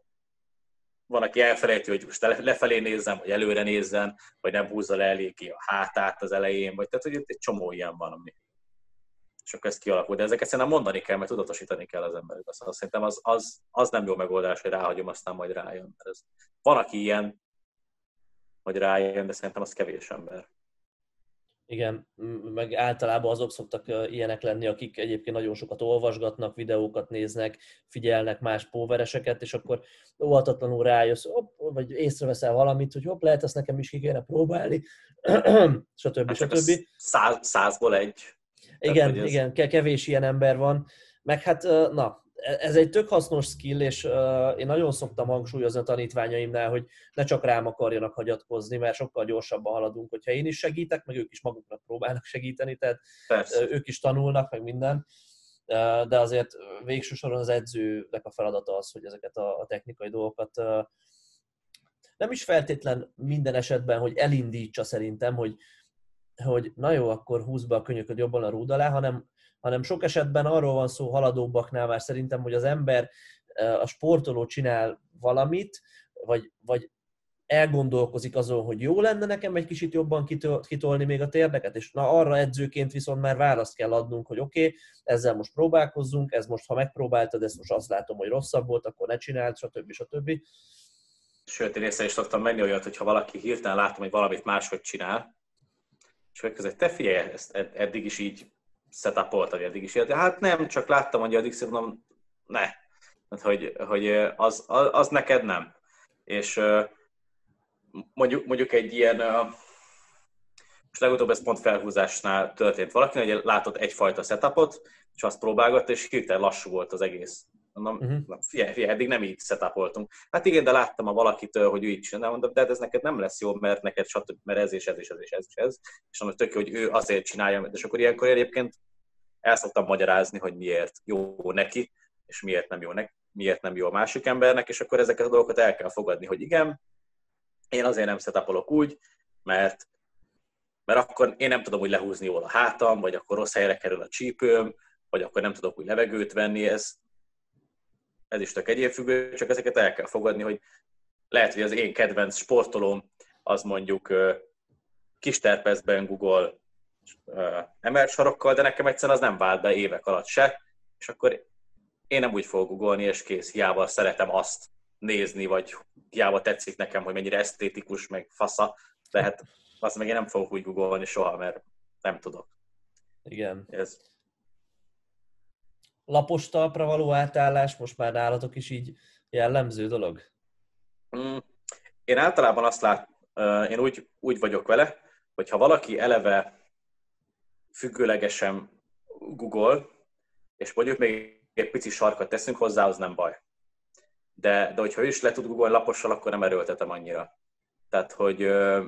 van, aki elfelejti, hogy most lefelé nézzem, vagy előre nézzen, vagy nem húzza le eléggé a hátát az elején, vagy tehát, hogy egy csomó ilyen van, ami és akkor ez kialakul. De ezeket szerintem mondani kell, mert tudatosítani kell az emberek. Azt szerintem az, az, az nem jó megoldás, hogy ráhagyom, aztán majd rájön. Ez, van, aki ilyen, hogy rájön, de szerintem az kevés ember. Igen, meg általában azok szoktak ilyenek lenni, akik egyébként nagyon sokat olvasgatnak, videókat néznek, figyelnek más póvereseket, és akkor óvatatlanul rájössz, hopp, vagy észreveszel valamit, hogy hopp, lehet ezt nekem is ki kéne próbálni, stb. stb. Száz, százból egy. Igen, Tehát, ez... igen, kevés ilyen ember van, meg hát, na, ez egy tök hasznos skill, és uh, én nagyon szoktam hangsúlyozni a tanítványaimnál, hogy ne csak rám akarjanak hagyatkozni, mert sokkal gyorsabban haladunk, hogyha én is segítek, meg ők is maguknak próbálnak segíteni, tehát Persze. ők is tanulnak, meg minden, uh, de azért végső soron az edzőnek a feladata az, hogy ezeket a, a technikai dolgokat uh, nem is feltétlen minden esetben, hogy elindítsa szerintem, hogy, hogy na jó, akkor húzd be a könyököd jobban a rúd alá, hanem hanem sok esetben arról van szó haladóbbaknál már szerintem, hogy az ember, a sportoló csinál valamit, vagy, vagy elgondolkozik azon, hogy jó lenne nekem egy kicsit jobban kitolni még a térdeket, és na arra edzőként viszont már választ kell adnunk, hogy oké, okay, ezzel most próbálkozzunk, ez most, ha megpróbáltad, ezt most azt látom, hogy rosszabb volt, akkor ne csináld, stb. stb. Sőt, én észre is szoktam menni olyat, hogyha valaki hirtelen látom, hogy valamit máshogy csinál, és hogy te figyelj, ezt eddig is így setupoltad, eddig is ilyet. Hát nem, csak láttam, hogy addig mondom, ne. Hát, hogy, hogy az, az, az neked nem. És mondjuk, mondjuk egy ilyen, most legutóbb ez pont felhúzásnál történt valaki, hogy látott egyfajta setupot, és azt próbálgatta, és hirtelen lassú volt az egész. Mondom, uh-huh. figyelj, figyelj, eddig nem így setupoltunk. Hát igen, de láttam a valakitől, hogy ő így csinál, mondom, de ez neked nem lesz jó, mert neked stb. Mert ez és ez és ez és ez és ez. És mondom, tök jó, hogy ő azért csinálja, és akkor ilyenkor egyébként el szoktam magyarázni, hogy miért jó neki, és miért nem jó neki, miért nem jó a másik embernek, és akkor ezeket a dolgokat el kell fogadni, hogy igen, én azért nem setupolok úgy, mert, mert akkor én nem tudom úgy lehúzni jól a hátam, vagy akkor rossz helyre kerül a csípőm, vagy akkor nem tudok úgy levegőt venni, ez, ez is tök egyénfüggő, csak ezeket el kell fogadni, hogy lehet, hogy az én kedvenc sportolóm az mondjuk kisterpeszben Google emelt sarokkal, de nekem egyszerűen az nem vált be évek alatt se, és akkor én nem úgy fogok googolni, és kész, hiába szeretem azt nézni, vagy hiába tetszik nekem, hogy mennyire esztétikus, meg fasza, de hát azt meg én nem fogok úgy googolni soha, mert nem tudok. Igen. Ez. Lapos talpra való átállás most már nálatok is így jellemző dolog? Mm. Én általában azt lát, én úgy, úgy vagyok vele, hogy ha valaki eleve függőlegesen Google, és mondjuk még egy pici sarkat teszünk hozzá, az nem baj. De, de hogyha ő is le tud Google lapossal, akkor nem erőltetem annyira. Tehát, hogy ö,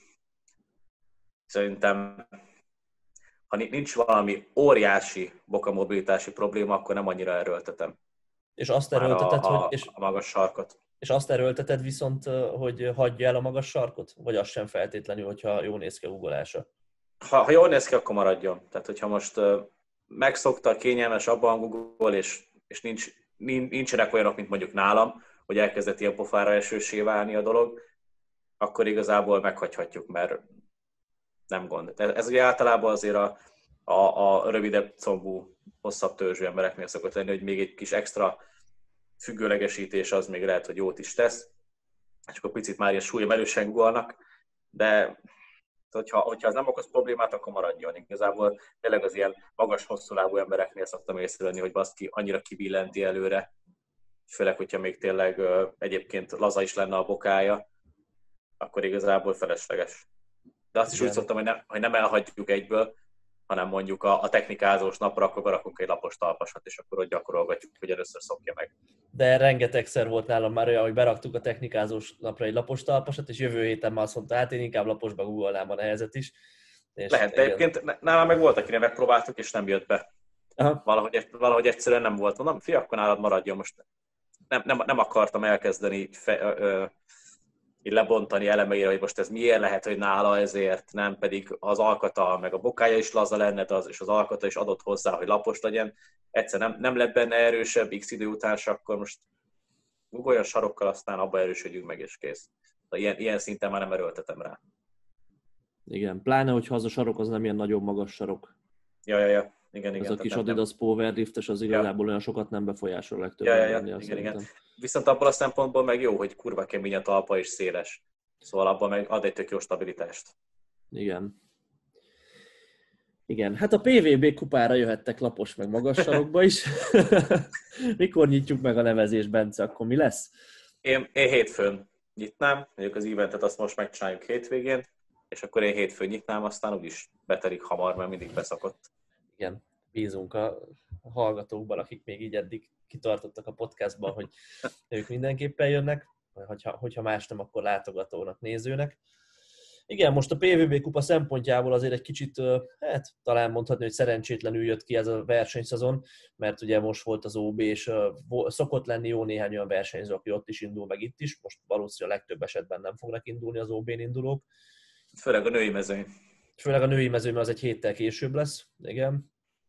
szerintem, ha nincs valami óriási bokamobilitási probléma, akkor nem annyira erőltetem. És azt erőlteted, a, a, hogy... És, a magas sarkot. És azt erőlteted viszont, hogy hagyja el a magas sarkot? Vagy az sem feltétlenül, hogyha jól néz ki a googleása? Ha, ha jól néz ki, akkor maradjon. Tehát, hogyha most uh, megszokta, kényelmes abban Google, és, és nincs, nincsenek olyanok, mint mondjuk nálam, hogy elkezdett ilyen pofára esősé válni a dolog, akkor igazából meghagyhatjuk, mert nem gond. Ez ugye általában azért a, a, a rövidebb combú, hosszabb törzsű embereknél szokott lenni, hogy még egy kis extra függőlegesítés az még lehet, hogy jót is tesz, és akkor picit már ilyen súlyom erősen guggolnak, de hogyha, hogyha az nem okoz problémát, akkor maradjon. Igazából tényleg az ilyen magas, hosszú lábú embereknél szoktam észrevenni, hogy baszki annyira kibillenti előre, főleg, hogyha még tényleg uh, egyébként laza is lenne a bokája, akkor igazából felesleges. De azt is Igen. úgy szoktam, hogy, ne, hogy nem elhagyjuk egyből, hanem mondjuk a, a technikázós napra, akkor berakunk egy lapos talpasat, és akkor ott gyakorolgatjuk, hogy először szokja meg. De rengetegszer volt nálam már olyan, hogy beraktuk a technikázós napra egy lapos talpasat, és jövő héten már azt mondta, hát én inkább laposba googolnám a nehezet is. És lehet, de egyébként nálam meg volt, akire megpróbáltuk, és nem jött be. Valahogy, valahogy egyszerűen nem volt. Mondom, fia, akkor nálad maradjon most. Nem, nem, nem akartam elkezdeni fe, ö, így lebontani elemeire, hogy most ez miért lehet, hogy nála ezért, nem pedig az alkata, meg a bokája is laza lenne, az, és az alkata is adott hozzá, hogy lapos legyen. Egyszer nem, nem lett benne erősebb x idő után, akkor most olyan sarokkal, aztán abba erősödjünk meg, és kész. De ilyen, ilyen szinten már nem erőltetem rá. Igen, pláne, hogyha az a sarok az nem ilyen nagyon magas sarok. Ja, ja, ja. Igen, igen. Ez a kis Adidas Powerdriftes az igazából ja. olyan sokat nem befolyásol a legtöbb ja, ja, ja. embernél, igen, igen. Viszont abból a szempontból meg jó, hogy kurva kemény a talpa és széles. Szóval abban meg ad egy tök jó stabilitást. Igen. Igen, hát a pé vé bé kupára jöhettek lapos meg magas sarokba is. Mikor nyitjuk meg a nevezést, Bence, akkor mi lesz? Én, én hétfőn nyitnám, mondjuk az eventet azt most megcsináljuk hétvégén, és akkor én hétfőn nyitnám, aztán úgyis betelik hamar, mert mindig beszakott. Igen, bízunk a hallgatókban, akik még így eddig kitartottak a podcastban, hogy ők mindenképpen jönnek, hogyha, hogyha más nem, akkor látogatónak, nézőnek. Igen, most a pé vé bé kupa szempontjából azért egy kicsit, hát talán mondhatni, hogy szerencsétlenül jött ki ez a versenyszezon, mert ugye most volt az o bé, és szokott lenni jó néhány olyan versenyző, aki ott is indul, meg itt is. Most valószínűleg a legtöbb esetben nem fognak indulni az o bén indulók. Főleg a női mezőny. Főleg a női mezőny, az egy héttel később lesz, igen.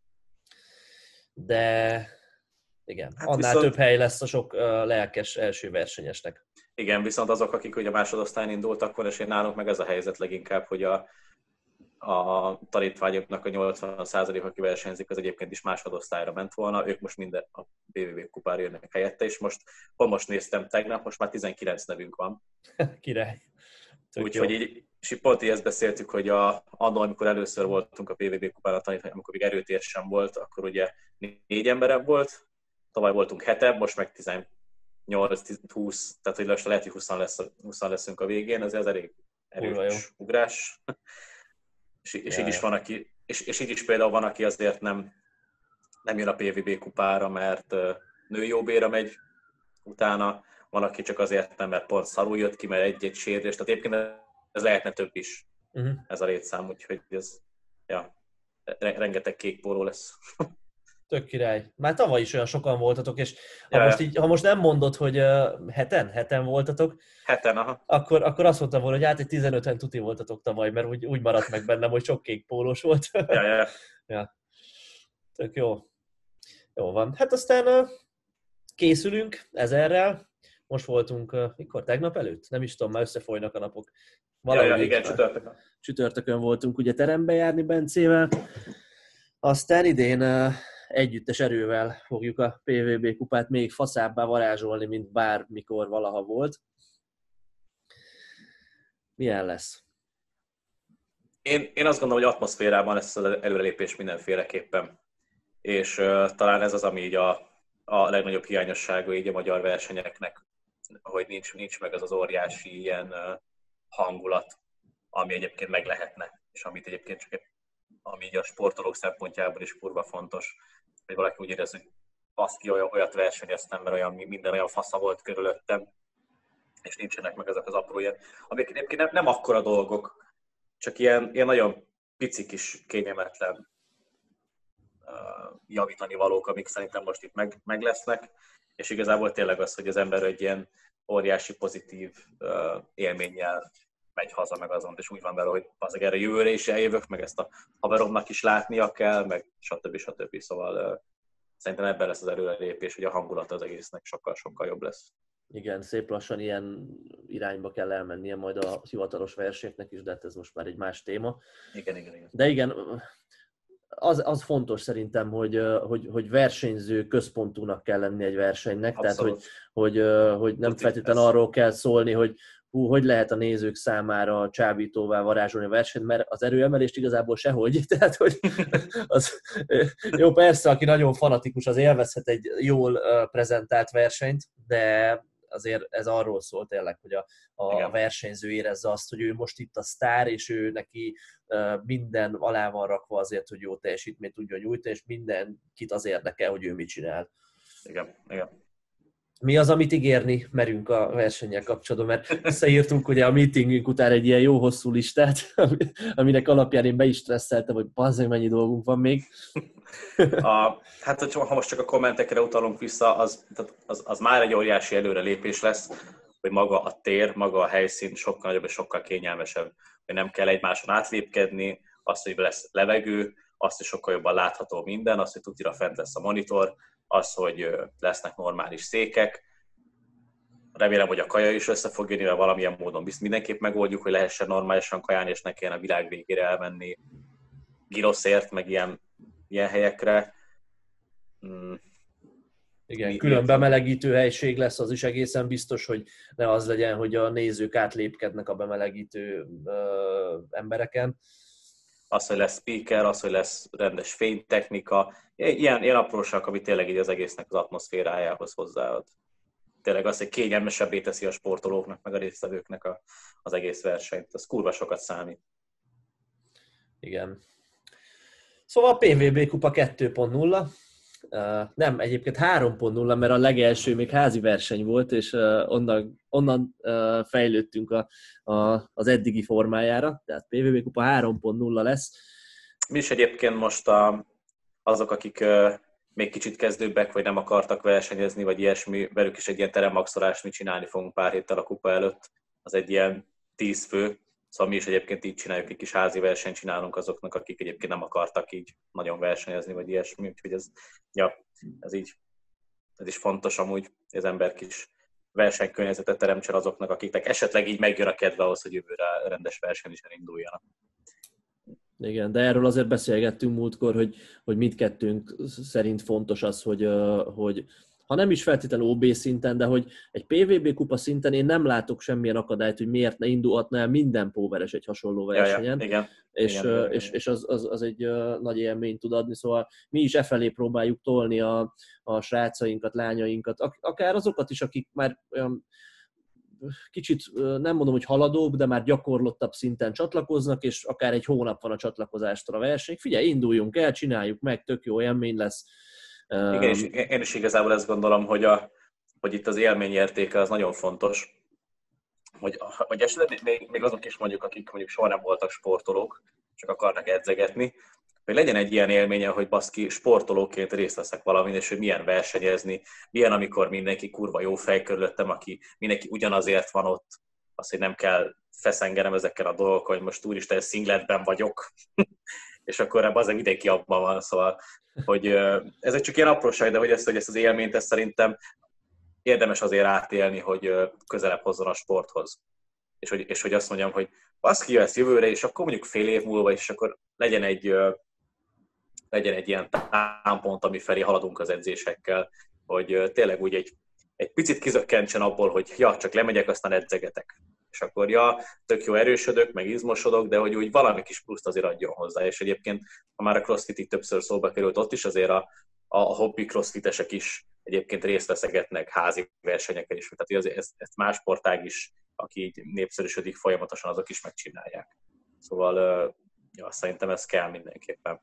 De igen, hát annál viszont... több hely lesz a sok uh, lelkes első versenyesnek. Igen, viszont azok, akik ugye másodosztályon indultak volna, és én nálunk meg ez a helyzet leginkább, hogy a, a tanítványoknak a nyolcvan százalék, aki versenyzik, az egyébként is másodosztályra ment volna, ők most minden a pé vé bé kupára jönnek helyette, és most, pont most néztem tegnap, most már tizenkilenc nevünk van. Király. Úgyhogy így, és pont így ezt beszéltük, hogy a, annól, amikor először voltunk a pé vé bé kupára tanítani, amikor még erőtér sem volt, akkor ugye négy emberebb volt, tavaly voltunk hetebb, most meg tizennyolc-húsz, tehát hogy lassan lehet, hogy húsz lesz, húsz leszünk a végén, azért ez elég erős ugrás. és, és így is van, aki, és, és így is például van, aki azért nem, nem jön a pé vé bé kupára, mert női o bé-ra megy utána, van, aki csak azért nem, mert pont szarul jött ki, mert egy-egy sérülés, tehát egyébként ez lehetne több is, uh-huh. ez a létszám, úgyhogy ez, ja, rengeteg kék póló lesz. Tök király. Már tavaly is olyan sokan voltatok, és ha, ja, most, így, ha most nem mondod, hogy uh, heten, heten voltatok, heten, aha. Akkor, akkor azt mondtam volna, hogy hát egy tizenöten tuti voltatok tavaly, mert úgy, úgy maradt meg bennem, hogy sok kék pólós volt. Ja, ja. Ja. Tök jó. Jó van. Hát aztán uh, készülünk ezerrel. Most voltunk, uh, mikor? Tegnap előtt? Nem is tudom, már összefolynak a napok. Valahogy ja, ja, igen, csütörtökön. Csütörtökön voltunk ugye terembe járni Bencével. Aztán idén uh, együttes erővel fogjuk a pé vé bé kupát még faszábbá varázsolni, mint bármikor valaha volt. Milyen lesz? Én, én azt gondolom, hogy atmoszférában lesz az előrelépés mindenféleképpen. És uh, talán ez az, ami így a, a legnagyobb hiányossága így a magyar versenyeknek, hogy nincs, nincs meg az az óriási ilyen uh, hangulat, ami egyébként meg lehetne, és amit egyébként csak ami így a sportolók szempontjából is kurva fontos, hogy valaki úgy érez, hogy baszki, olyat versenyeztem, mert olyan, minden olyan fasza volt körülöttem, és nincsenek meg ezek az apró ilyen, amik egyébként nem, nem akkora dolgok, csak ilyen, ilyen nagyon pici kis kényelmetlen uh, javítani valók, amik szerintem most itt meg, meg lesznek, és igazából tényleg az, hogy az ember egy ilyen óriási pozitív uh, élménnyel megy haza, meg azon, és úgy van vele, hogy az erre jövőre is eljövök, meg ezt a haveromnak is látnia kell, meg stb. stb. Szóval uh, szerintem ebben lesz az előrelépés, hogy a hangulat az egésznek sokkal-sokkal jobb lesz. Igen, szép lassan ilyen irányba kell elmennie majd a hivatalos versenyeknek is, de hát ez most már egy más téma. Igen, igen, igen. De igen, az, az fontos szerintem, hogy, hogy, hogy versenyző központúnak kell lenni egy versenynek, abszolút. Tehát hogy, hogy, hogy nem feltétlenül arról kell szólni, hogy hú, hogy lehet a nézők számára csábítóvá varázsolni a versenyt, mert az erőemelést igazából sehogy. Tehát, hogy az, jó, persze, aki nagyon fanatikus, az élvezhet egy jól prezentált versenyt, de azért ez arról szól tényleg, hogy a, a versenyző érezze azt, hogy ő most itt a sztár, és ő neki minden alá van rakva azért, hogy jó teljesítményt tudjon nyújtani, és mindenkit az érdekel, hogy ő mit csinál. Igen, igen. Mi az, amit ígérni merünk a versennyel kapcsolatban, mert összeírtunk ugye a meetingünk után egy ilyen jó hosszú listát, aminek alapján én be is stresszeltem, hogy bazzeg, mennyi dolgunk van még. A, hát, hogy ha most csak a kommentekre utalunk vissza, az, az, az már egy óriási előrelépés lesz, hogy maga a tér, maga a helyszín sokkal nagyobb és sokkal kényelmesebb, hogy nem kell egymáson átlépkedni, azt, hogy lesz levegő, azt, hogy sokkal jobban látható minden, azt, hogy tutira fent lesz a monitor, az, hogy lesznek normális székek. Remélem, hogy a kaja is össze fog jönni, mert valamilyen módon biztos mindenképp megoldjuk, hogy lehessen normálisan kajálni, és ne kelljen a világ végére elmenni giroszért, meg ilyen ilyen helyekre. Mm. Igen, Mi, külön bemelegítő helység lesz, az is egészen biztos, hogy ne az legyen, hogy a nézők átlépkednek a bemelegítő ö, embereken. Az, hogy lesz speaker, az, hogy lesz rendes fénytechnika, ilyen, ilyen apróság, ami tényleg így az egésznek az atmoszférájához hozzáad. Tényleg az, hogy kényelmesebbé teszi a sportolóknak, meg a résztvevőknek a, az egész versenyt. Az kurva sokat számít. Igen. Szóval a pé vé bé Kupa kettő pont nulla. Uh, nem, egyébként három pont nulla, mert a legelső még házi verseny volt, és uh, onnan, onnan uh, fejlődtünk a, a, az eddigi formájára, tehát pé vé bé Kupa három pont nulla lesz. Mi is egyébként most a, azok, akik uh, még kicsit kezdőbbek, vagy nem akartak versenyezni, vagy ilyesmi, velük is egy ilyen teremmaxolást mi csinálni fogunk pár héttel a kupa előtt. Az egy ilyen tíz fő, szóval mi is egyébként így csináljuk, egy kis házi versenyt csinálunk azoknak, akik egyébként nem akartak így nagyon versenyezni, vagy ilyesmi. Úgyhogy ez, ja, ez így, ez is fontos amúgy, hogy az ember kis versenykörnyezetet teremtsen azoknak, akiknek esetleg így megjön a kedve ahhoz, hogy jövőre rendes verseny is elinduljanak. Igen, de erről azért beszélgettünk múltkor, hogy, hogy mindkettőnk szerint fontos az, hogy, hogy ha nem is feltétlenül o bé szinten, de hogy egy pé vé bé Kupa szinten én nem látok semmilyen akadályt, hogy miért ne indulhatna el minden póveres egy hasonló versenyen. Ja, ja, igen. És, igen, igen, és, és az, az, az egy nagy élményt tud adni, szóval mi is e felé próbáljuk tolni a, a srácainkat, lányainkat, akár azokat is, akik már olyan kicsit nem mondom, hogy haladóbb, de már gyakorlottabb szinten csatlakoznak, és akár egy hónap van a csatlakozástól a verseny. Figyelj, induljunk el, csináljuk meg, tök jó élmény lesz. Igen, és én is igazából ezt gondolom, hogy, a, hogy itt az élményértéke az nagyon fontos, hogy, hogy esetleg még, még azok is mondjuk, akik mondjuk soha nem voltak sportolók, csak akarnak edzegetni, hogy legyen egy ilyen élménye, hogy baszki, sportolóként részt veszek valamin, és hogy milyen versenyezni, milyen, amikor mindenki kurva jó fej körülöttem, aki mindenki ugyanazért van ott, az, hogy nem kell feszengenem ezekkel a dolgokkal, hogy most úristen, szingletben vagyok, és akkor ebben az mindenki abban van, szóval, hogy ez csak ilyen apróság, de hogy ezt, hogy ezt az élményt, ezt szerintem érdemes azért átélni, hogy közelebb hozzon a sporthoz. És hogy, és hogy azt mondjam, hogy baszki, ezt jövőre, és akkor mondjuk fél év múlva, és akkor legyen egy, legyen egy ilyen támpont, ami felé haladunk az edzésekkel, hogy tényleg úgy egy, egy picit kizökkentsen abból, hogy ja, csak lemegyek, aztán edzegetek. És akkor ja, tök jó erősödök, meg izmosodok, de hogy úgy valami kis pluszt azért adjon hozzá. És egyébként, ha már a crossfit így többször szóba került, ott is azért a, a hobbi crossfitesek is egyébként részt veszegetnek házi versenyeken is. Tehát ezt, ezt más sportág is, aki így népszerűsödik folyamatosan, azok is megcsinálják. Szóval ja, szerintem ez kell mindenképpen.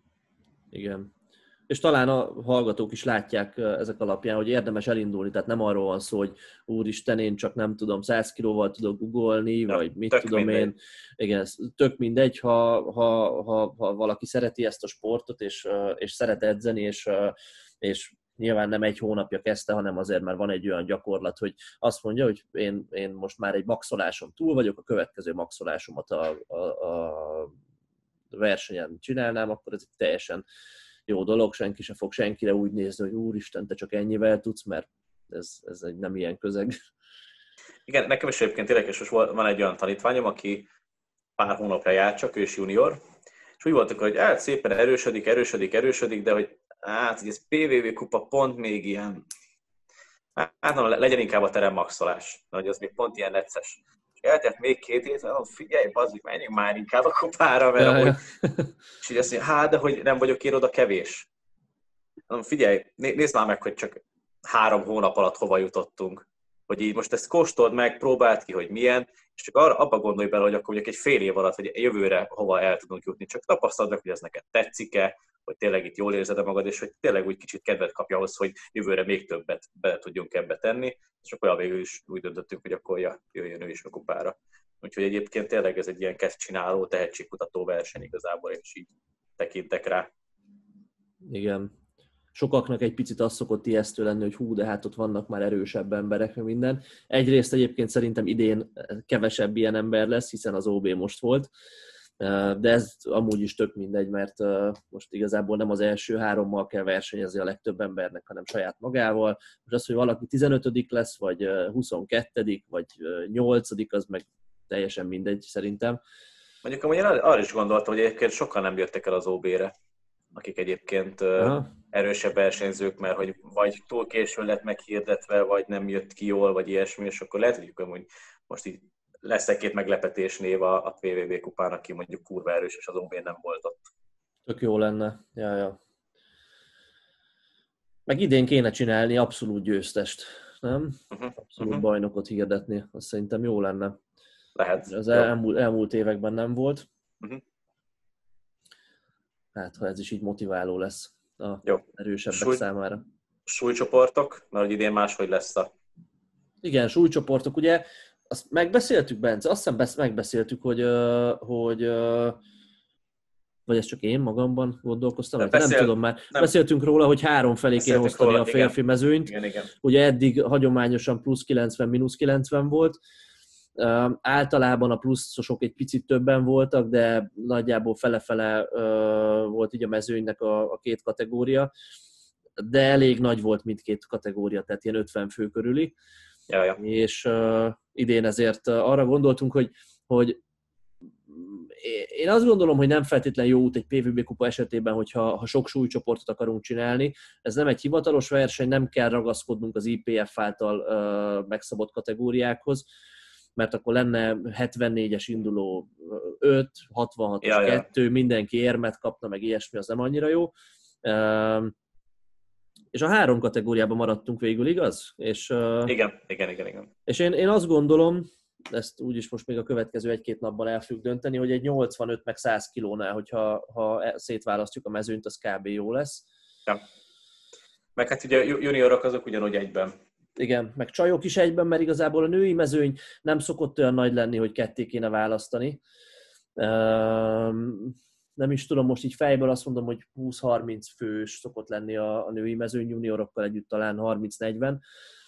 Igen. És talán a hallgatók is látják ezek alapján, hogy érdemes elindulni, tehát nem arról van szó, hogy úristen, én csak nem tudom, száz kilóval tudok googolni, ja, vagy mit tudom mindegy. én. Igen, tök mindegy, ha, ha, ha, ha valaki szereti ezt a sportot, és, és szeret edzeni, és, és nyilván nem egy hónapja kezdte, hanem azért már van egy olyan gyakorlat, hogy azt mondja, hogy én, én most már egy maxoláson túl vagyok, a következő maxolásomat a, a, a versenyen csinálnám, akkor ez egy teljesen jó dolog, senki se fog senkire úgy nézni, hogy úristen, te csak ennyivel tudsz, mert ez, ez egy nem ilyen közeg. Igen, nekem is egyébként érdekes, most van egy olyan tanítványom, aki pár hónapja járt csak, ő is junior, és úgy voltak, hogy hát szépen erősödik, erősödik, erősödik, de hogy hát, hogy ez pé vé bé Kupa pont még ilyen, hát nem, legyen inkább a teremmaxolás, hogy az még pont ilyen necces. És eltelt még két hét, mondom, figyelj, bazzik, menjünk már inkább a kupára, mert amúgy... És így azt mondja, hát, de hogy nem vagyok én oda kevés. Mondom, figyelj, nézd már meg, hogy csak három hónap alatt hova jutottunk. Hogy így most ezt kóstold meg, próbáld ki, hogy milyen, és csak arra, abba gondolj bele, hogy akkor mondjuk egy fél év alatt, hogy jövőre hova el tudunk jutni. Csak tapasztald meg, hogy ez neked tetszik-e, hogy tényleg itt jól érzed magad, és hogy tényleg úgy kicsit kedvet kapja ahhoz, hogy jövőre még többet bele tudjunk ebbe tenni, és akkor végül is úgy döntöttünk, hogy akkor ja, jöjjön ő is a kupára. Úgyhogy egyébként tényleg ez egy ilyen kezdcsináló, tehetségkutató verseny igazából, és így tekintek rá. Igen. Sokaknak egy picit az szokott ijesztő lenni, hogy hú, de hát ott vannak már erősebb emberek, minden. Egyrészt egyébként szerintem idén kevesebb ilyen ember lesz, hiszen az o bé most volt, de ez amúgy is tök mindegy, mert most igazából nem az első hárommal kell versenyezni a legtöbb embernek, hanem saját magával. Most az, hogy valaki tizenötödik lesz, vagy huszonkettedik, vagy nyolcadik, az meg teljesen mindegy szerintem. Mondjuk amúgy én arra is gondoltam, hogy egyébként sokan nem jöttek el az o bé-re. akik egyébként Aha. erősebb versenyzők, mert hogy vagy túl későn lett meghirdetve, vagy nem jött ki jól, vagy ilyesmi, és akkor lehet, hogy hogy most így lesz egy-két meglepetés név a, a pé vé bé kupán, aki mondjuk kurva erős, és az o bén nem volt ott. Tök jó lenne. Ja, ja. Meg idén kéne csinálni abszolút győztest, nem? Uh-huh. Abszolút uh-huh. bajnokot hirdetni. Azt szerintem jó lenne. Lehet. Az elmúlt, elmúlt években nem volt. Uh-huh. Hát, ha ez is így motiváló lesz a jó. erősebbek Súly... számára. Súlycsoportok? Mert hogy idén máshogy lesz a... Igen, súlycsoportok, ugye, azt megbeszéltük, Bence? Azt hiszem besz- megbeszéltük, hogy, hogy vagy ezt csak én magamban gondolkoztam, nem, Beszél... nem tudom már. Nem. Beszéltünk róla, hogy három felé kéne osztani róla, a férfi igen. mezőnyt. Igen, igen. Ugye eddig hagyományosan plusz kilencven, mínusz kilencven volt. Uh, általában a pluszosok egy picit többen voltak, de nagyjából fele-fele uh, volt így a mezőnynek a, a két kategória. De elég nagy volt mindkét kategória, tehát ilyen ötven fő körüli. Ja, ja. És uh, idén ezért uh, arra gondoltunk, hogy, hogy én azt gondolom, hogy nem feltétlenül jó út egy pé vé bé kupa esetében, hogyha ha sok súlycsoportot akarunk csinálni. Ez nem egy hivatalos verseny, nem kell ragaszkodnunk az i pé ef által uh, megszabott kategóriákhoz, mert akkor lenne hetvennégyes induló öt, hatvanhatos ja, kettő, ja. mindenki érmet kapna, meg ilyesmi, az nem annyira jó. Uh, és a három kategóriában maradtunk végül, igaz? És, uh, igen, igen, igen, igen. És én, én azt gondolom, ezt úgyis most még a következő egy-két napban el fogjuk dönteni, hogy egy nyolcvanöt meg száz kilónál, hogyha ha szétválasztjuk a mezőnyt, az kb. Jó lesz. Ja. Meg hát ugye juniorok azok ugyanúgy egyben. Igen, meg csajok is egyben, mert igazából a női mezőny nem szokott olyan nagy lenni, hogy ketté kéne választani. Nem is tudom, most így fejből azt mondom, hogy húsz-harminc fős szokott lenni a, a női mezőny, juniorokkal együtt talán harminc-negyven.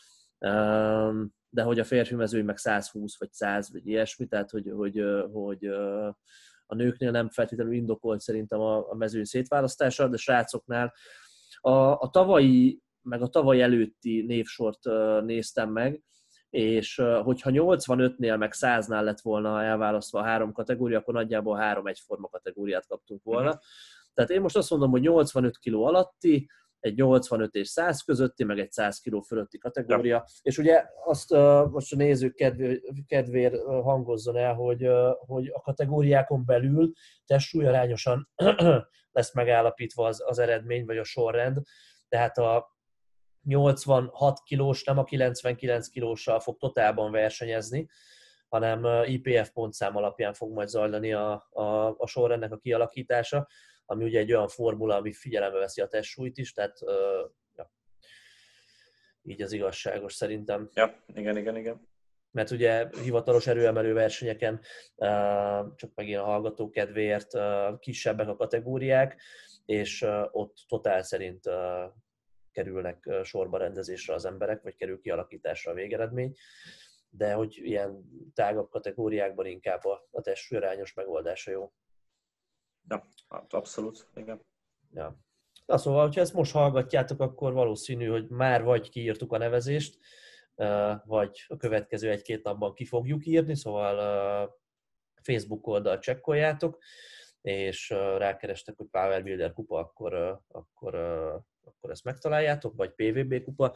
De hogy a férfi mezőny meg százhúsz vagy száz vagy ilyesmi, tehát hogy, hogy, hogy a nőknél nem feltétlenül indokolt szerintem a, a mezőny szétválasztása, de srácoknál a, a tavalyi, meg a tavaly előtti névsort néztem meg, és hogyha nyolcvanötnél meg száznál lett volna elválasztva a három kategória, akkor nagyjából három egyforma kategóriát kaptunk volna. Mm-hmm. Tehát én most azt mondom, hogy nyolcvanöt kiló alatti, egy nyolcvanöt és száz közötti, meg egy száz kiló fölötti kategória. Ja. És ugye azt uh, most a nézők kedvér, kedvér hangozzon el, hogy, uh, hogy a kategóriákon belül testsúlyarányosan lesz megállapítva az, az eredmény, vagy a sorrend. Tehát a nyolcvanhat kilós nem a kilencvenkilenc kilóssal fog totálban versenyezni, hanem i pé ef pontszám alapján fog majd zajlani a, a, a sorrendnek a kialakítása, ami ugye egy olyan formula, ami figyelembe veszi a testsúlyt is, tehát uh, ja, így az igazságos szerintem. Ja, igen, igen, igen. Mert ugye hivatalos erőemelő versenyeken, uh, csak megint a hallgató kedvéért uh, kisebbek a kategóriák, és uh, ott totál szerint uh, kerülnek uh, sorba rendezésre az emberek, vagy kerül kialakításra a végeredmény, de hogy ilyen tágabb kategóriákban inkább a, a testsúlyarányos megoldása jó. Ja, abszolút, igen. Ja. Na szóval, hogyha ezt most hallgatjátok, akkor valószínű, hogy már vagy kiírtuk a nevezést, vagy a következő egy-két napban ki fogjuk írni, szóval Facebook oldalt csekkoljátok, és rákerestek, hogy Power Builder kupa, akkor, akkor, akkor ezt megtaláljátok, vagy pé vé bé kupa,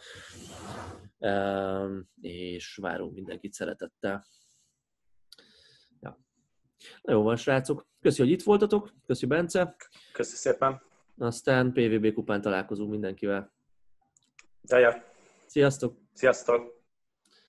és várunk mindenkit szeretettel. Ja. Na jó van, srácok. Köszi, hogy itt voltatok. Köszi, Bence. Köszi szépen. Aztán pé vé bé kupán találkozunk mindenkivel. Jajjá. Sziasztok. Sziasztok.